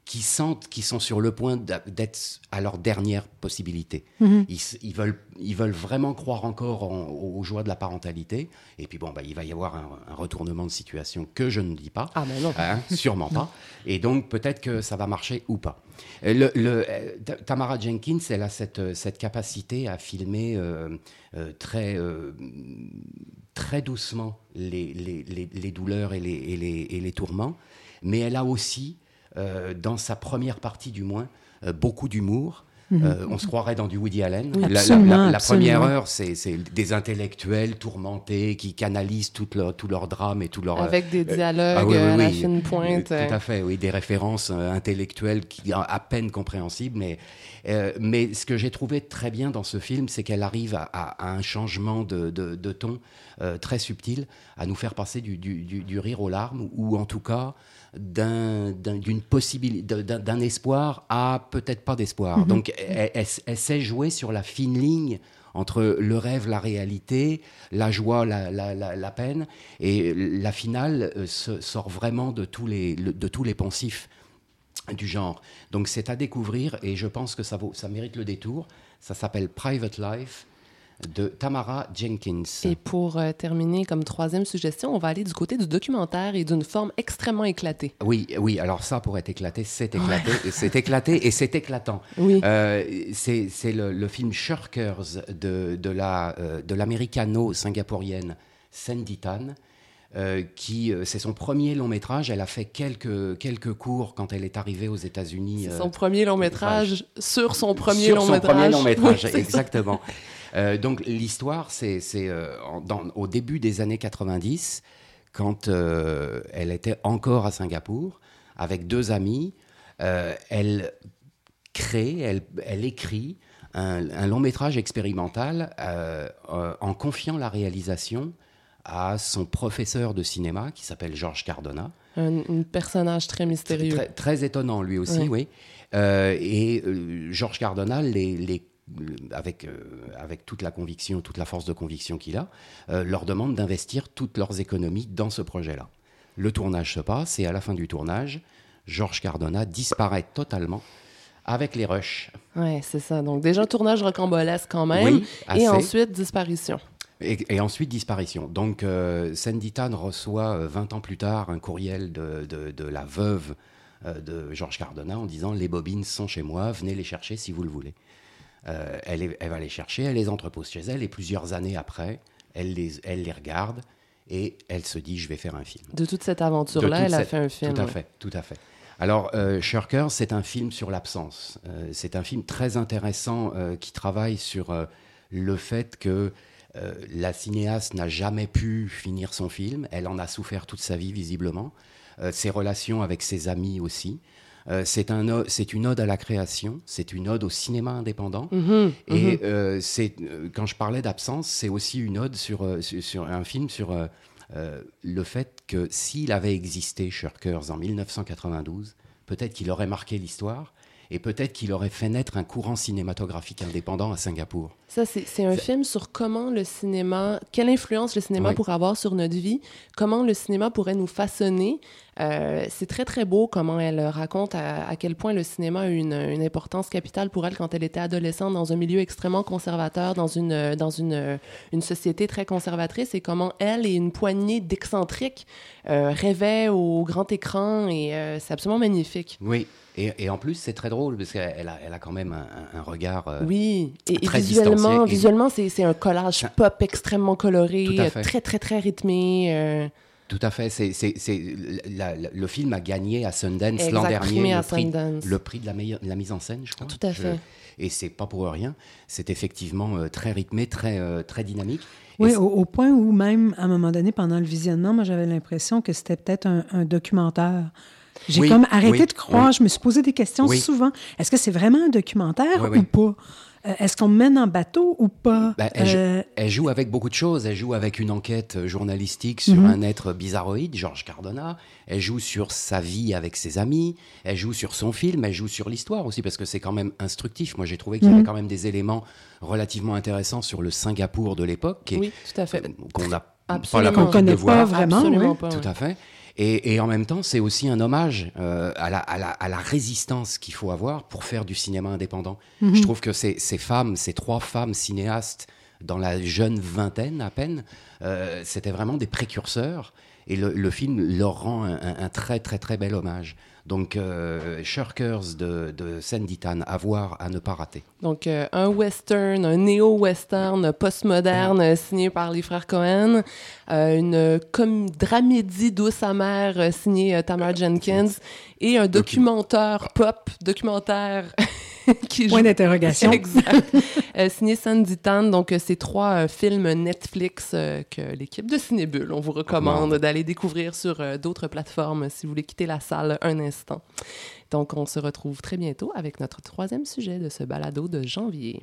qui sentent qu'ils sont sur le point d'être à leur dernière possibilité. Mm-hmm. Ils, ils, veulent, ils veulent vraiment croire encore en, aux joies de la parentalité. Et puis bon, bah, il va y avoir un, un retournement de situation que je ne dis pas. Ah mais non. Hein, sûrement pas. Et donc peut-être que ça va marcher ou pas. Le, le, Tamara Jenkins, elle a cette, cette capacité à filmer euh, euh, très, euh, très doucement les, les, les, les douleurs et les, et, les, et les tourments. Mais elle a aussi... Euh, dans sa première partie du moins, euh, beaucoup d'humour. Mm-hmm. Euh, on se croirait dans du Woody Allen. Oui, la, absolument, la, la, la absolument. première heure, c'est, c'est des intellectuels tourmentés qui canalisent tout leur, tout leur drame et tout leur... Avec des dialogues euh, ah oui, oui, à oui, la fine pointe. Euh, tout à fait, oui, des références euh, intellectuelles qui à, à peine compréhensibles. Mais, euh, mais ce que j'ai trouvé très bien dans ce film, c'est qu'elle arrive à, à, à un changement de, de, de ton euh, très subtil, à nous faire passer du, du, du, du rire aux larmes, ou en tout cas... D'un, d'un, d'une possibilité, d'un, d'un espoir à peut-être pas d'espoir. Mm-hmm. Donc, elle, elle, elle sait jouer sur la fine ligne entre le rêve, la réalité, la joie, la, la, la, la peine. Et la finale euh, se, sort vraiment de tous les, le, de tous les poncifs du genre. Donc, c'est à découvrir et je pense que ça, vaut, ça mérite le détour. Ça s'appelle Private Life de Tamara Jenkins. Et pour euh, terminer, comme troisième suggestion, on va aller du côté du documentaire et d'une forme extrêmement éclatée. Oui, oui. Alors ça, pour être éclaté, c'est éclaté, ouais. c'est éclaté et c'est éclatant. Oui. Euh, c'est c'est le, le film Shirkers de de la euh, de l'américano-singapourienne Sandy Tan. Euh, qui, euh, c'est son premier long métrage. Elle a fait quelques, quelques cours quand elle est arrivée aux États-Unis. C'est son euh, premier long métrage sur son premier sur long son métrage. Premier long métrage, oui, exactement. Euh, donc l'histoire, c'est, c'est euh, dans, au début des années quatre-vingt-dix, quand euh, elle était encore à Singapour, avec deux amis, euh, elle crée, elle, elle écrit un, un long métrage expérimental euh, euh, en confiant la réalisation à son professeur de cinéma qui s'appelle George Cardona. Un, un personnage très mystérieux. Très, très étonnant lui aussi, oui. oui. Euh, et euh, George Cardona, les, les, avec, euh, avec toute la conviction, toute la force de conviction qu'il a, euh, leur demande d'investir toutes leurs économies dans ce projet-là. Le tournage se passe et à la fin du tournage, George Cardona disparaît totalement avec les rushs. Oui, c'est ça. Donc déjà tournage rocambolesque quand même. Oui, et ensuite disparition. Et, et ensuite, disparition. Donc, euh, Sandy Tan reçoit, euh, vingt ans plus tard, un courriel de, de, de la veuve euh, de George Cardona en disant « Les bobines sont chez moi, venez les chercher si vous le voulez euh, ». Elle, elle va les chercher, elle les entrepose chez elle, et plusieurs années après, elle les, elle les regarde, et elle se dit « Je vais faire un film ». De toute cette aventure-là, toute elle cette... a fait un film. Tout à fait, tout à fait. Alors, euh, Shirkers, c'est un film sur l'absence. Euh, c'est un film très intéressant euh, qui travaille sur euh, le fait que Euh, la cinéaste n'a jamais pu finir son film. Elle en a souffert toute sa vie, visiblement. Euh, ses relations avec ses amis aussi. Euh, c'est, un, c'est une ode à la création. C'est une ode au cinéma indépendant. Mmh, Et mmh. euh, c'est, euh, quand je parlais d'absence, c'est aussi une ode sur, euh, sur, sur un film sur euh, euh, le fait que s'il avait existé, Shirkers, en dix-neuf cent quatre-vingt-douze, peut-être qu'il aurait marqué l'histoire. Et peut-être qu'il aurait fait naître un courant cinématographique indépendant à Singapour. Ça, c'est, c'est un c'est... film sur comment le cinéma, quelle influence le cinéma oui. pourrait avoir sur notre vie, comment le cinéma pourrait nous façonner. Euh, c'est très, très beau comment elle raconte à, à quel point le cinéma a eu une, une importance capitale pour elle quand elle était adolescente dans un milieu extrêmement conservateur, dans une, dans une, une société très conservatrice, et comment elle et une poignée d'excentriques euh, rêvaient au grand écran, et euh, c'est absolument magnifique. Oui. Et, et en plus, c'est très drôle parce qu'elle a, elle a quand même un, un regard euh, oui, et, très et visuellement, distancié. visuellement c'est, c'est un collage pop extrêmement coloré, très, très, très rythmé. Euh... Tout à fait. C'est, c'est, c'est, la, la, le film a gagné à Sundance exact, l'an dernier le prix, Sundance. le prix de la, meilleure, la mise en scène, je crois. Tout à fait. Je, et c'est pas pour rien. C'est effectivement euh, très rythmé, très, euh, très dynamique. Oui, au, au point où même, à un moment donné, pendant le visionnement, moi, j'avais l'impression que c'était peut-être un, un documentaire. J'ai oui, comme arrêté oui, de croire, oui. je me suis posé des questions oui. souvent. Est-ce que c'est vraiment un documentaire oui, oui. ou pas? Euh, est-ce qu'on me mène en bateau ou pas? Ben, elle, euh... joue, elle joue avec beaucoup de choses. Elle joue avec une enquête journalistique sur mm-hmm. un être bizarroïde, George Cardona. Elle joue sur sa vie avec ses amis. Elle joue sur son film. Elle joue sur l'histoire aussi, parce que c'est quand même instructif. Moi, j'ai trouvé qu'il y avait mm-hmm. quand même des éléments relativement intéressants sur le Singapour de l'époque. Oui, tout à fait. Qu'on n'a Absolument. pas la qu'on connaît de pas voir. vraiment. Absolument oui. pas. Tout oui. à fait. Et, et en même temps, c'est aussi un hommage euh, à, la, à, la, à la résistance qu'il faut avoir pour faire du cinéma indépendant. Mm-hmm. Je trouve que ces, ces femmes, ces trois femmes cinéastes dans la jeune vingtaine à peine, euh, c'était vraiment des précurseurs. Et le, le film leur rend un, un, un très, très, très bel hommage. Donc, euh, Shirkers de, de Sandy Tan, à voir, à ne pas rater. Donc, euh, un western, un néo-western postmoderne euh, signé par les frères Cohen, euh, une comme dramédie douce amère euh, signée euh, Tamara Jenkins et un documentaire pop, documentaire qui Point joue... d'interrogation. Exact. euh, signé Sandy Tan. Donc, euh, c'est trois euh, films Netflix euh, que l'équipe de Cinébule, on vous recommande wow. d'aller découvrir sur euh, d'autres plateformes si vous voulez quitter la salle un instant. Donc, on se retrouve très bientôt avec notre troisième sujet de ce balado de janvier.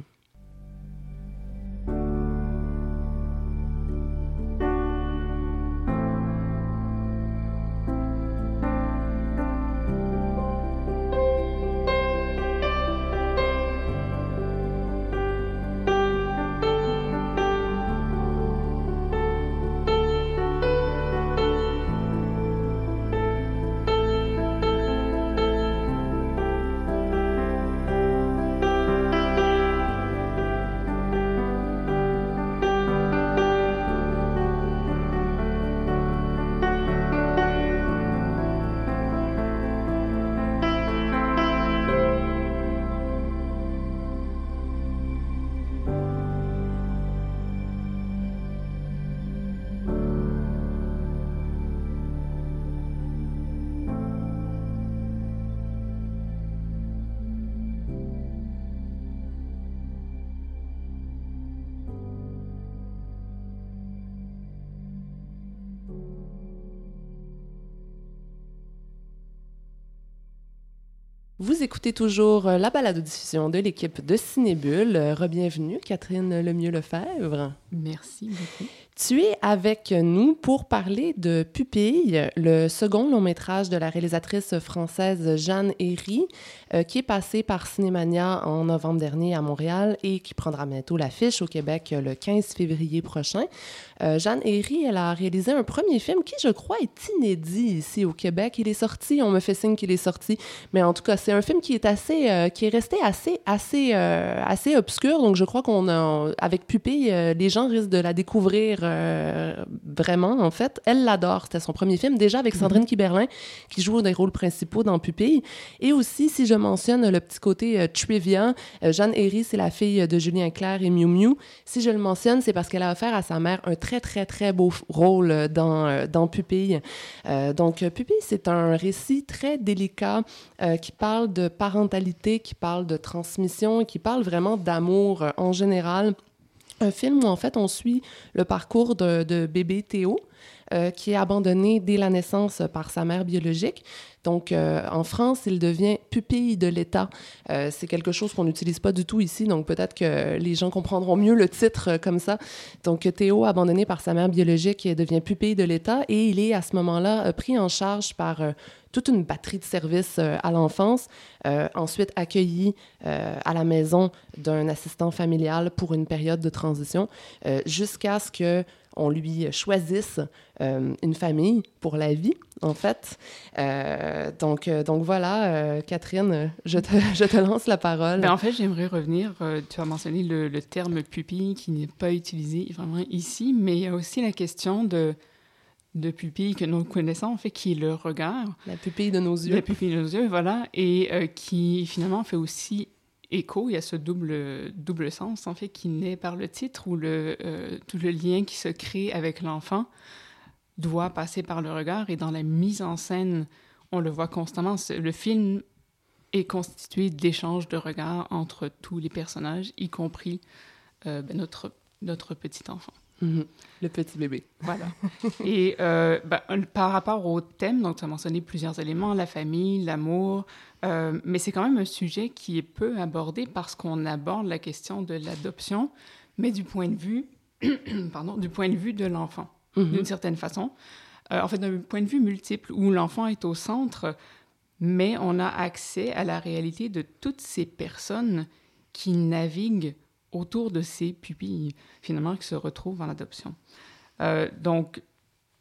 Vous écoutez toujours la balado-diffusion de l'équipe de Cinébule. Re-bienvenue, Catherine Lemieux-Lefebvre. Merci beaucoup. Tu es avec nous pour parler de Pupille, le second long-métrage de la réalisatrice française Jeanne Herry, euh, qui est passée par Cinémania en novembre dernier à Montréal et qui prendra bientôt l'affiche au Québec le quinze février prochain. Euh, Jeanne Herry, elle a réalisé un premier film qui, je crois, est inédit ici au Québec. Il est sorti, on me fait signe qu'il est sorti, mais en tout cas, c'est un film qui est assez, euh, qui est resté assez, assez, euh, assez obscur. Donc, je crois qu'on a, avec Pupille, euh, les gens risquent de la découvrir euh, vraiment. En fait, elle l'adore. C'était son premier film, déjà avec Sandrine mm-hmm. Kiberlin, qui joue des rôles principaux dans Pupille. Et aussi, si je mentionne le petit côté euh, trivia, euh, Jeanne Herry, c'est la fille de Julien Clerc et Miu Miu. Si je le mentionne, c'est parce qu'elle a offert à sa mère un très, très, très beau rôle dans, euh, dans Pupille. Euh, donc, Pupille, c'est un récit très délicat euh, qui parle de parentalité, qui parle de transmission, qui parle vraiment d'amour euh, en général. Un film où, en fait, on suit le parcours de, de bébé Théo, euh, qui est abandonné dès la naissance par sa mère biologique. Donc, euh, en France, il devient pupille de l'État. Euh, c'est quelque chose qu'on n'utilise pas du tout ici, donc peut-être que les gens comprendront mieux le titre euh, comme ça. Donc, Théo, abandonné par sa mère biologique, devient pupille de l'État et il est à ce moment-là euh, pris en charge par euh, toute une batterie de services euh, à l'enfance, euh, ensuite accueilli euh, à la maison d'un assistant familial pour une période de transition, euh, jusqu'à ce que on lui choisisse euh, une famille pour la vie, en fait. Euh, donc, euh, donc voilà, euh, Catherine, je te, je te lance la parole. Ben en fait, j'aimerais revenir, euh, tu as mentionné le, le terme pupille qui n'est pas utilisé vraiment ici, mais il y a aussi la question de, de pupille que nous connaissons, en fait, qui est le regard. La pupille de nos yeux. La pupille de nos yeux, voilà, et euh, qui finalement fait aussi écho, il y a ce double, double sens, en fait, qui naît par le titre, où le, euh, tout le lien qui se crée avec l'enfant doit passer par le regard. Et dans la mise en scène, on le voit constamment. Le film est constitué d'échanges de regards entre tous les personnages, y compris euh, ben, notre, notre petit enfant. Mm-hmm. Le petit bébé. Voilà. Et euh, ben, par rapport au thème, donc tu as mentionné plusieurs éléments, la famille, l'amour, euh, mais c'est quand même un sujet qui est peu abordé parce qu'on aborde la question de l'adoption, mais du point de vue, pardon, du point de vue de l'enfant, mm-hmm. d'une certaine façon. Euh, en fait, d'un point de vue multiple, où l'enfant est au centre, mais on a accès à la réalité de toutes ces personnes qui naviguent autour de ces pupilles, finalement, qui se retrouvent en adoption. Euh, donc,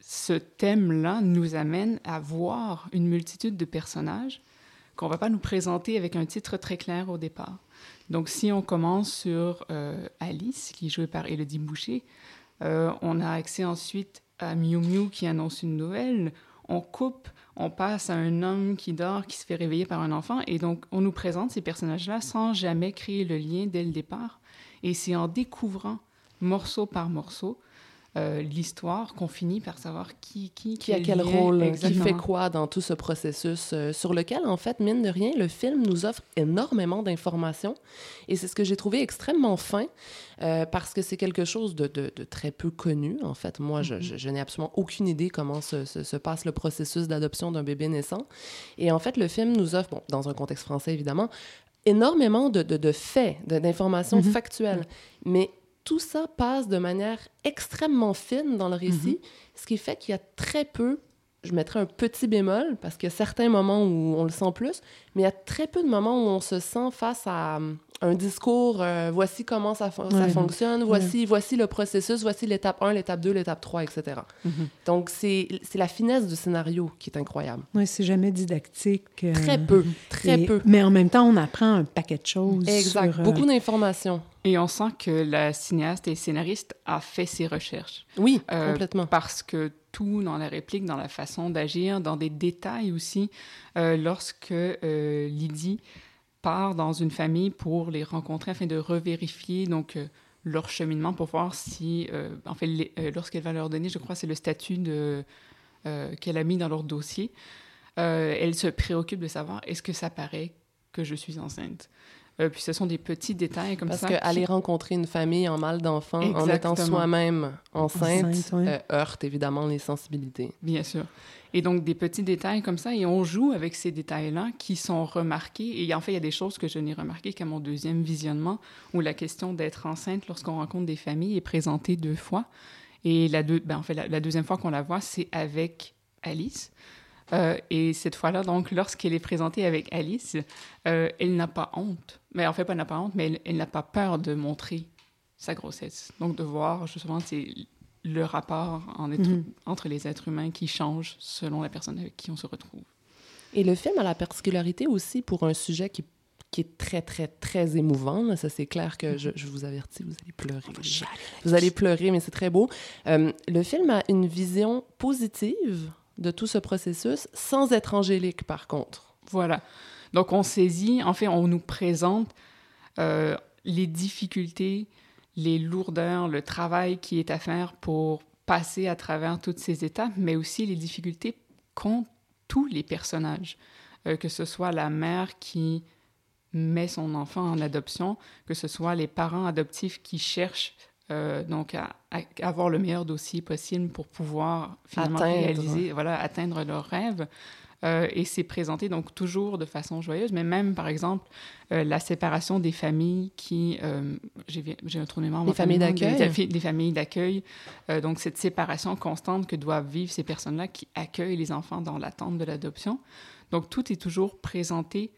ce thème-là nous amène à voir une multitude de personnages qu'on ne va pas nous présenter avec un titre très clair au départ. Donc, si on commence sur euh, Alice, qui est jouée par Élodie Boucher, euh, on a accès ensuite à Miu Miu qui annonce une nouvelle. On coupe, on passe à un homme qui dort, qui se fait réveiller par un enfant. Et donc, on nous présente ces personnages-là sans jamais créer le lien dès le départ. Et c'est en découvrant, morceau par morceau, Euh, l'histoire qu'on finit par savoir qui qui, qui a quel lien, rôle, exactement. qui fait quoi dans tout ce processus euh, sur lequel, en fait, mine de rien, le film nous offre énormément d'informations. Et c'est ce que j'ai trouvé extrêmement fin, euh, parce que c'est quelque chose de, de, de très peu connu. En fait, moi, je, je, je n'ai absolument aucune idée comment se, se, se passe le processus d'adoption d'un bébé naissant. Et en fait, le film nous offre, bon, dans un contexte français, évidemment, énormément de, de, de faits, de, d'informations mm-hmm. factuelles. Mais tout ça passe de manière extrêmement fine dans le récit, mm-hmm. ce qui fait qu'il y a très peu, je mettrais un petit bémol, parce qu'il y a certains moments où on le sent plus, mais il y a très peu de moments où on se sent face à un discours, euh, voici comment ça, fon- ça ouais. fonctionne, voici, ouais. voici le processus, voici l'étape un, l'étape deux, l'étape trois, et cetera. Mm-hmm. Donc, c'est, c'est la finesse du scénario qui est incroyable. Oui, c'est jamais didactique. Euh, très peu, très et, peu. Mais en même temps, on apprend un paquet de choses. Exact, sur, euh... beaucoup d'informations. Et on sent que la cinéaste et scénariste a fait ses recherches. Oui, euh, complètement. Parce que tout dans la réplique, dans la façon d'agir, dans des détails aussi, euh, lorsque euh, Lydie part dans une famille pour les rencontrer afin de revérifier donc, euh, leur cheminement pour voir si, euh, en fait, les, euh, lorsqu'elle va leur donner, je crois, c'est le statut de, euh, qu'elle a mis dans leur dossier, euh, elle se préoccupe de savoir est-ce que ça paraît que je suis enceinte. Euh, puis ce sont des petits détails comme Parce ça. Parce qu'aller qui... rencontrer une famille en mal d'enfants, Exactement. en étant soi-même enceinte, enceinte ouais. euh, heurte évidemment les sensibilités. Bien sûr. Et donc, des petits détails comme ça, et on joue avec ces détails-là qui sont remarqués. Et en fait, il y a des choses que je n'ai remarquées qu'à mon deuxième visionnement, où la question d'être enceinte lorsqu'on rencontre des familles est présentée deux fois. Et la, deux, ben, en fait, la, la deuxième fois qu'on la voit, c'est avec Alice. Euh, et cette fois-là, donc, lorsqu'elle est présentée avec Alice, euh, elle n'a pas honte. Mais en fait, pas elle n'a pas honte, mais elle, elle n'a pas peur de montrer sa grossesse. Donc, de voir, justement, c'est le rapport en être, mm-hmm. entre les êtres humains qui change selon la personne avec qui on se retrouve. Et le film a la particularité aussi pour un sujet qui, qui est très, très, très émouvant. Là. Ça, c'est clair que je, je vous avertis, vous allez pleurer. Vous allez pleurer, mais c'est très beau. Euh, le film a une vision positive de tout ce processus, sans être angélique, par contre. Voilà. Donc, on saisit, en fait, on nous présente euh, les difficultés, les lourdeurs, le travail qui est à faire pour passer à travers toutes ces étapes, mais aussi les difficultés qu'ont tous les personnages. Euh, que ce soit la mère qui met son enfant en adoption, que ce soit les parents adoptifs qui cherchent Euh, donc, à, à avoir le meilleur dossier possible pour pouvoir finalement atteindre. réaliser, voilà, atteindre leurs rêves. Euh, et c'est présenté donc toujours de façon joyeuse, mais même, par exemple, euh, la séparation des familles qui... Euh, j'ai, j'ai un trou de mémoire. Les familles d'accueil. Des, des familles d'accueil. Euh, donc, cette séparation constante que doivent vivre ces personnes-là qui accueillent les enfants dans l'attente de l'adoption. Donc, tout est toujours présenté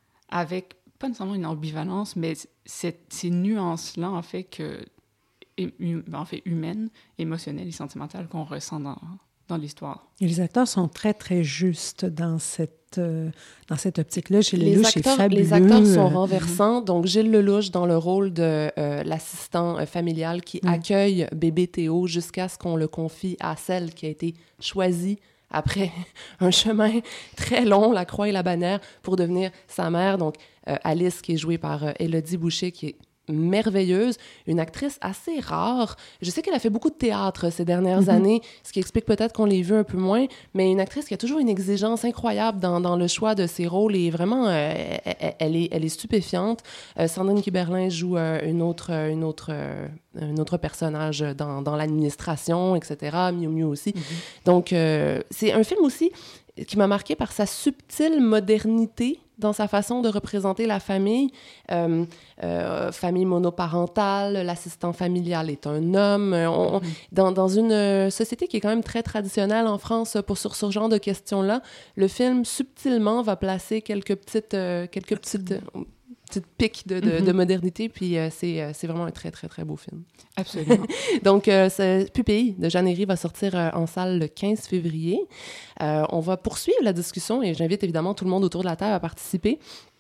avec, pas nécessairement une ambivalence, mais cette, ces nuances-là, en fait, que... en fait, humaine, émotionnelle et sentimentale qu'on ressent dans, dans l'histoire. Et les acteurs sont très, très justes dans cette, euh, dans cette optique-là. Gilles Lelouch est fabuleux. Les acteurs sont renversants. Donc, Gilles Lelouch, dans le rôle de euh, l'assistant euh, familial qui mmh. accueille bébé Théo jusqu'à ce qu'on le confie à celle qui a été choisie après un chemin très long, la croix et la bannière, pour devenir sa mère. Donc, euh, Alice, qui est jouée par euh, Élodie Boucher, qui est merveilleuse, une actrice assez rare. Je sais qu'elle a fait beaucoup de théâtre ces dernières mm-hmm. années, ce qui explique peut-être qu'on l'ait vu un peu moins, mais une actrice qui a toujours une exigence incroyable dans, dans le choix de ses rôles et vraiment, euh, elle, elle, est, elle est stupéfiante. Euh, Sandrine Kiberlin joue euh, une autre, une autre, euh, un autre personnage dans, dans l'administration, et cetera. Miu Miu aussi. Mm-hmm. Donc, euh, c'est un film aussi qui m'a marqué par sa subtile modernité dans sa façon de représenter la famille. Euh, euh, famille monoparentale, l'assistant familial est un homme. On, mm. dans, dans une société qui est quand même très traditionnelle en France pour sur ce genre de questions-là, le film subtilement va placer quelques petites... Euh, quelques petites euh, petite pique de, de, Mm-hmm. de modernité, puis euh, c'est, euh, c'est vraiment un très, très, très beau film. Absolument. Donc, euh, ce Pupéi de Jeanne Herry va sortir euh, en salle le quinze février. Euh, on va poursuivre la discussion et j'invite évidemment tout le monde autour de la table à participer.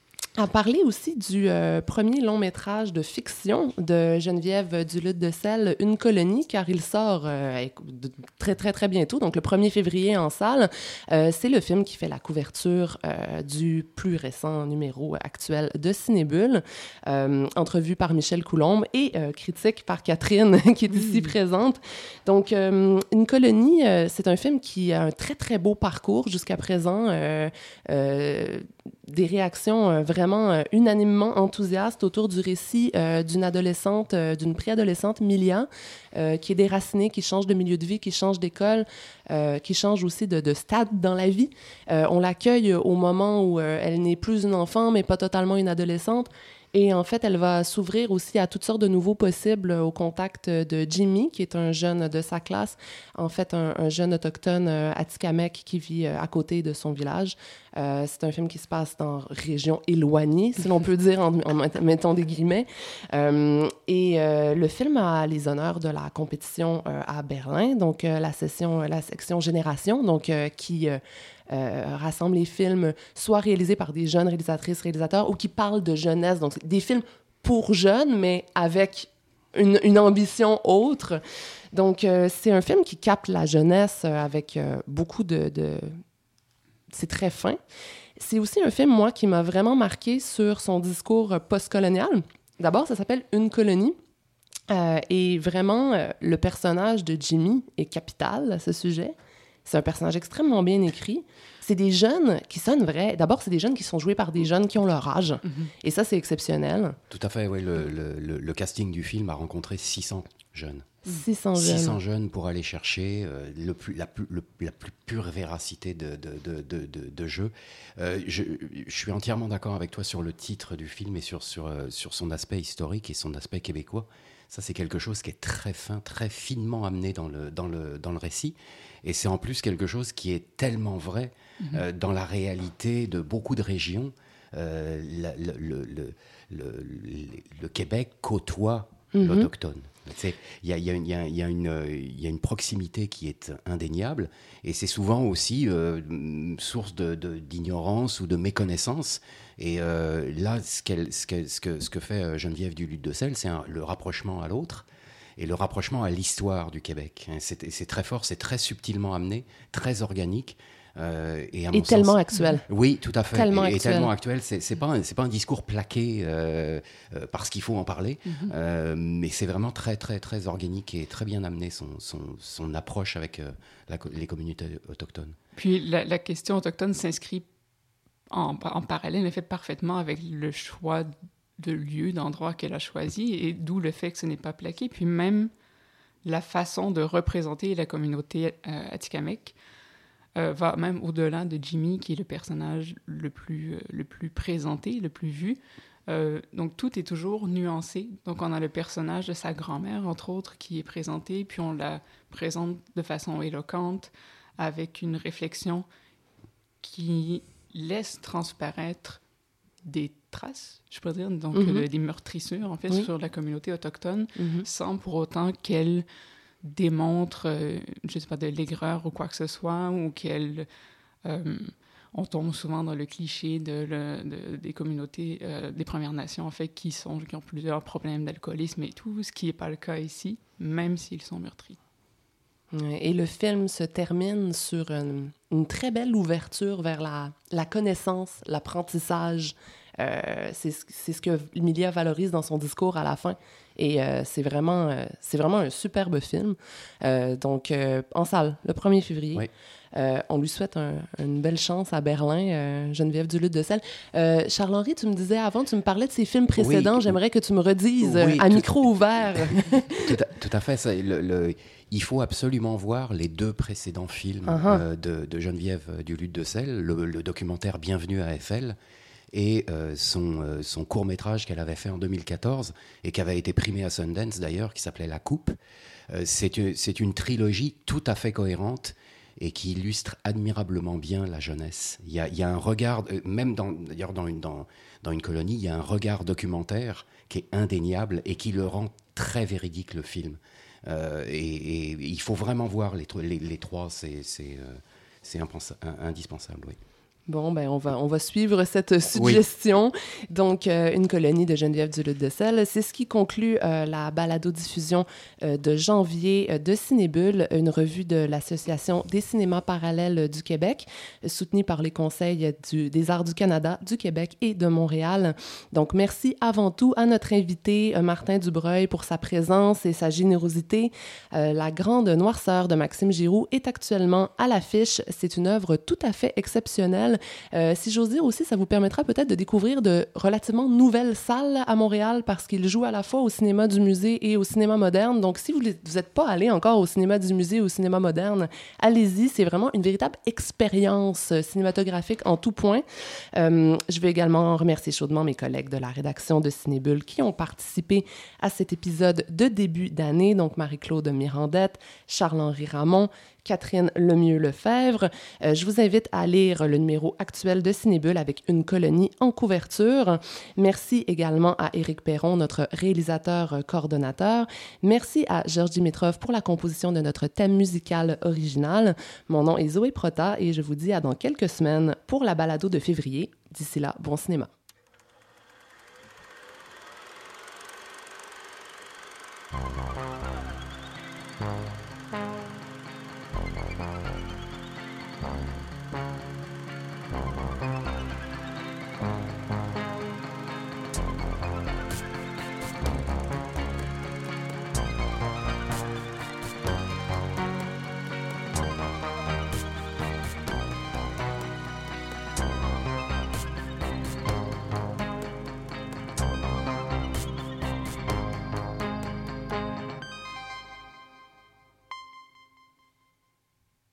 À parler aussi du euh, premier long métrage de fiction de Geneviève Duluth-Decelles, Une colonie, car il sort euh, très, très, très bientôt, donc le premier février en salle. Euh, c'est le film qui fait la couverture euh, du plus récent numéro actuel de Cinébulle. Euh, entrevue par Michel Coulombe et euh, critique par Catherine, qui est ici mmh. présente. Donc, euh, Une colonie, euh, c'est un film qui a un très, très beau parcours jusqu'à présent. Euh, euh, des réactions euh, vraiment euh, unanimement enthousiastes autour du récit euh, d'une adolescente, euh, d'une préadolescente, Milia, euh, qui est déracinée, qui change de milieu de vie, qui change d'école, euh, qui change aussi de, de stade dans la vie. Euh, on l'accueille au moment où euh, elle n'est plus une enfant, mais pas totalement une adolescente. Et en fait, elle va s'ouvrir aussi à toutes sortes de nouveaux possibles au contact de Jimmy, qui est un jeune de sa classe, en fait un, un jeune autochtone euh, Atikamekw qui vit euh, à côté de son village. Euh, c'est un film qui se passe dans une région éloignée, si l'on peut dire, en, en mettant des guillemets. Euh, et euh, le film a les honneurs de la compétition euh, à Berlin, donc euh, la, session, la section Génération, donc, euh, qui... Euh, Euh, rassemble les films soit réalisés par des jeunes réalisatrices, réalisateurs, ou qui parlent de jeunesse. Donc, des films pour jeunes, mais avec une, une ambition autre. Donc, euh, c'est un film qui capte la jeunesse euh, avec euh, beaucoup de, de... C'est très fin. C'est aussi un film, moi, qui m'a vraiment marqué sur son discours postcolonial. D'abord, ça s'appelle Une colonie. Euh, et vraiment, euh, le personnage de Jimmy est capital à ce sujet. C'est un personnage extrêmement bien écrit. C'est des jeunes qui sonnent vrais. D'abord, c'est des jeunes qui sont joués par des jeunes qui ont leur âge. Mm-hmm. Et ça, c'est exceptionnel. Tout à fait, oui. Le, le, le, le casting du film a rencontré six cents jeunes. six cents jeunes. six cents jeunes pour aller chercher euh, le plus, la, plus, le, la plus pure véracité de, de, de, de, de, de jeu. Euh, je, je suis entièrement d'accord avec toi sur le titre du film et sur, sur, euh, sur son aspect historique et son aspect québécois. Ça, c'est quelque chose qui est très fin, très finement amené dans le, dans le, dans le récit. Et c'est en plus quelque chose qui est tellement vrai mmh. euh, dans la réalité de beaucoup de régions. Euh, la, le, le, le, le, le Québec côtoie mmh. l'autochtone. Il y a, y, a y, a, y, a y a une proximité qui est indéniable. Et c'est souvent aussi euh, source de, de, d'ignorance ou de méconnaissance. Et euh, là, ce, qu'elle, ce, que, ce, que, ce que fait Geneviève Duluth-Decelles, c'est un, le rapprochement à l'autre et le rapprochement à l'histoire du Québec. C'est, c'est très fort, c'est très subtilement amené, très organique. Euh, et à et mon tellement sens, actuel. Oui, tout à fait. Tellement et, et actuel. tellement actuel. C'est, c'est, pas un, c'est pas un discours plaqué euh, euh, parce qu'il faut en parler, mm-hmm. euh, mais c'est vraiment très, très, très organique et très bien amené son, son, son approche avec euh, la, les communautés autochtones. Puis la, la question autochtone s'inscrit en, en parallèle, elle fait parfaitement avec le choix de lieu, d'endroit qu'elle a choisi, et d'où le fait que ce n'est pas plaqué. Puis même la façon de représenter la communauté euh, Atikamekw euh, va même au-delà de Jimmy, qui est le personnage le plus, euh, le plus présenté, le plus vu. Euh, donc tout est toujours nuancé. Donc on a le personnage de sa grand-mère, entre autres, qui est présenté, puis on la présente de façon éloquente, avec une réflexion qui laisse transparaître des traces, je pourrais dire, donc mm-hmm. euh, des meurtrissures, en fait, oui. sur la communauté autochtone, mm-hmm. sans pour autant qu'elle démontre, euh, je ne sais pas, de l'aigreur ou quoi que ce soit, ou qu'elle... Euh, on tombe souvent dans le cliché de, le, de, des communautés, euh, des Premières Nations, en fait, qui, sont, qui ont plusieurs problèmes d'alcoolisme et tout, ce qui n'est pas le cas ici, même s'ils sont meurtris. Et le film se termine sur une, une très belle ouverture vers la, la connaissance, l'apprentissage. Euh, c'est, c'est ce que Milia valorise dans son discours à la fin. Et euh, c'est, vraiment, euh, c'est vraiment un superbe film. Euh, donc, euh, en salle, le premier février. Oui. Euh, on lui souhaite un, une belle chance à Berlin, euh, Geneviève Duluth-Decelles. Euh, Charles-Henri, tu me disais avant, tu me parlais de ses films précédents. Oui. J'aimerais que tu me redises oui, à tout, micro ouvert. tout, à, tout à fait. Ça, le, le, il faut absolument voir les deux précédents films uh-huh. euh, de, de Geneviève Duluth-Decelles, le, le documentaire Bienvenue à F L et euh, son, euh, son court-métrage qu'elle avait fait en deux mille quatorze et qui avait été primé à Sundance d'ailleurs, qui s'appelait La Coupe. Euh, c'est, une, c'est une trilogie tout à fait cohérente et qui illustre admirablement bien la jeunesse. Il y a, il y a un regard, même dans, d'ailleurs dans une, dans, dans une colonie, il y a un regard documentaire qui est indéniable et qui le rend très véridique, le film. Euh, et, et il faut vraiment voir les, les, les trois, c'est, c'est, euh, c'est impensa- indispensable, oui. Bon, ben on va, on va suivre cette suggestion. Oui. Donc, euh, Une colonie de Geneviève Duluth-Decelles. C'est ce qui conclut euh, la balado-diffusion euh, de janvier euh, de Cinébulle, une revue de l'Association des cinémas parallèles du Québec, euh, soutenue par les conseils du, des arts du Canada, du Québec et de Montréal. Donc, merci avant tout à notre invité, euh, Martin Dubreuil, pour sa présence et sa générosité. Euh, la Grande Noirceur de Maxime Giroux est actuellement à l'affiche. C'est une œuvre tout à fait exceptionnelle. Euh, si j'ose dire aussi, ça vous permettra peut-être de découvrir de relativement nouvelles salles à Montréal parce qu'il joue à la fois au cinéma du musée et au cinéma moderne. Donc, si vous n'êtes pas allé encore au cinéma du musée ou au cinéma moderne, allez-y. C'est vraiment une véritable expérience cinématographique en tout point. Euh, je veux également remercier chaudement mes collègues de la rédaction de Cinébulle qui ont participé à cet épisode de début d'année. Donc, Marie-Claude Mirandette, Charles-Henri Ramon, Catherine Lemieux-Lefebvre. Euh, je vous invite à lire le numéro actuel de Cinébulle avec Une colonie en couverture. Merci également à Éric Perron, notre réalisateur euh, coordonnateur. Merci à Georges Dimitrov pour la composition de notre thème musical original. Mon nom est Zoé Prota et je vous dis à dans quelques semaines pour la balado de février. D'ici là, bon cinéma. Thank you.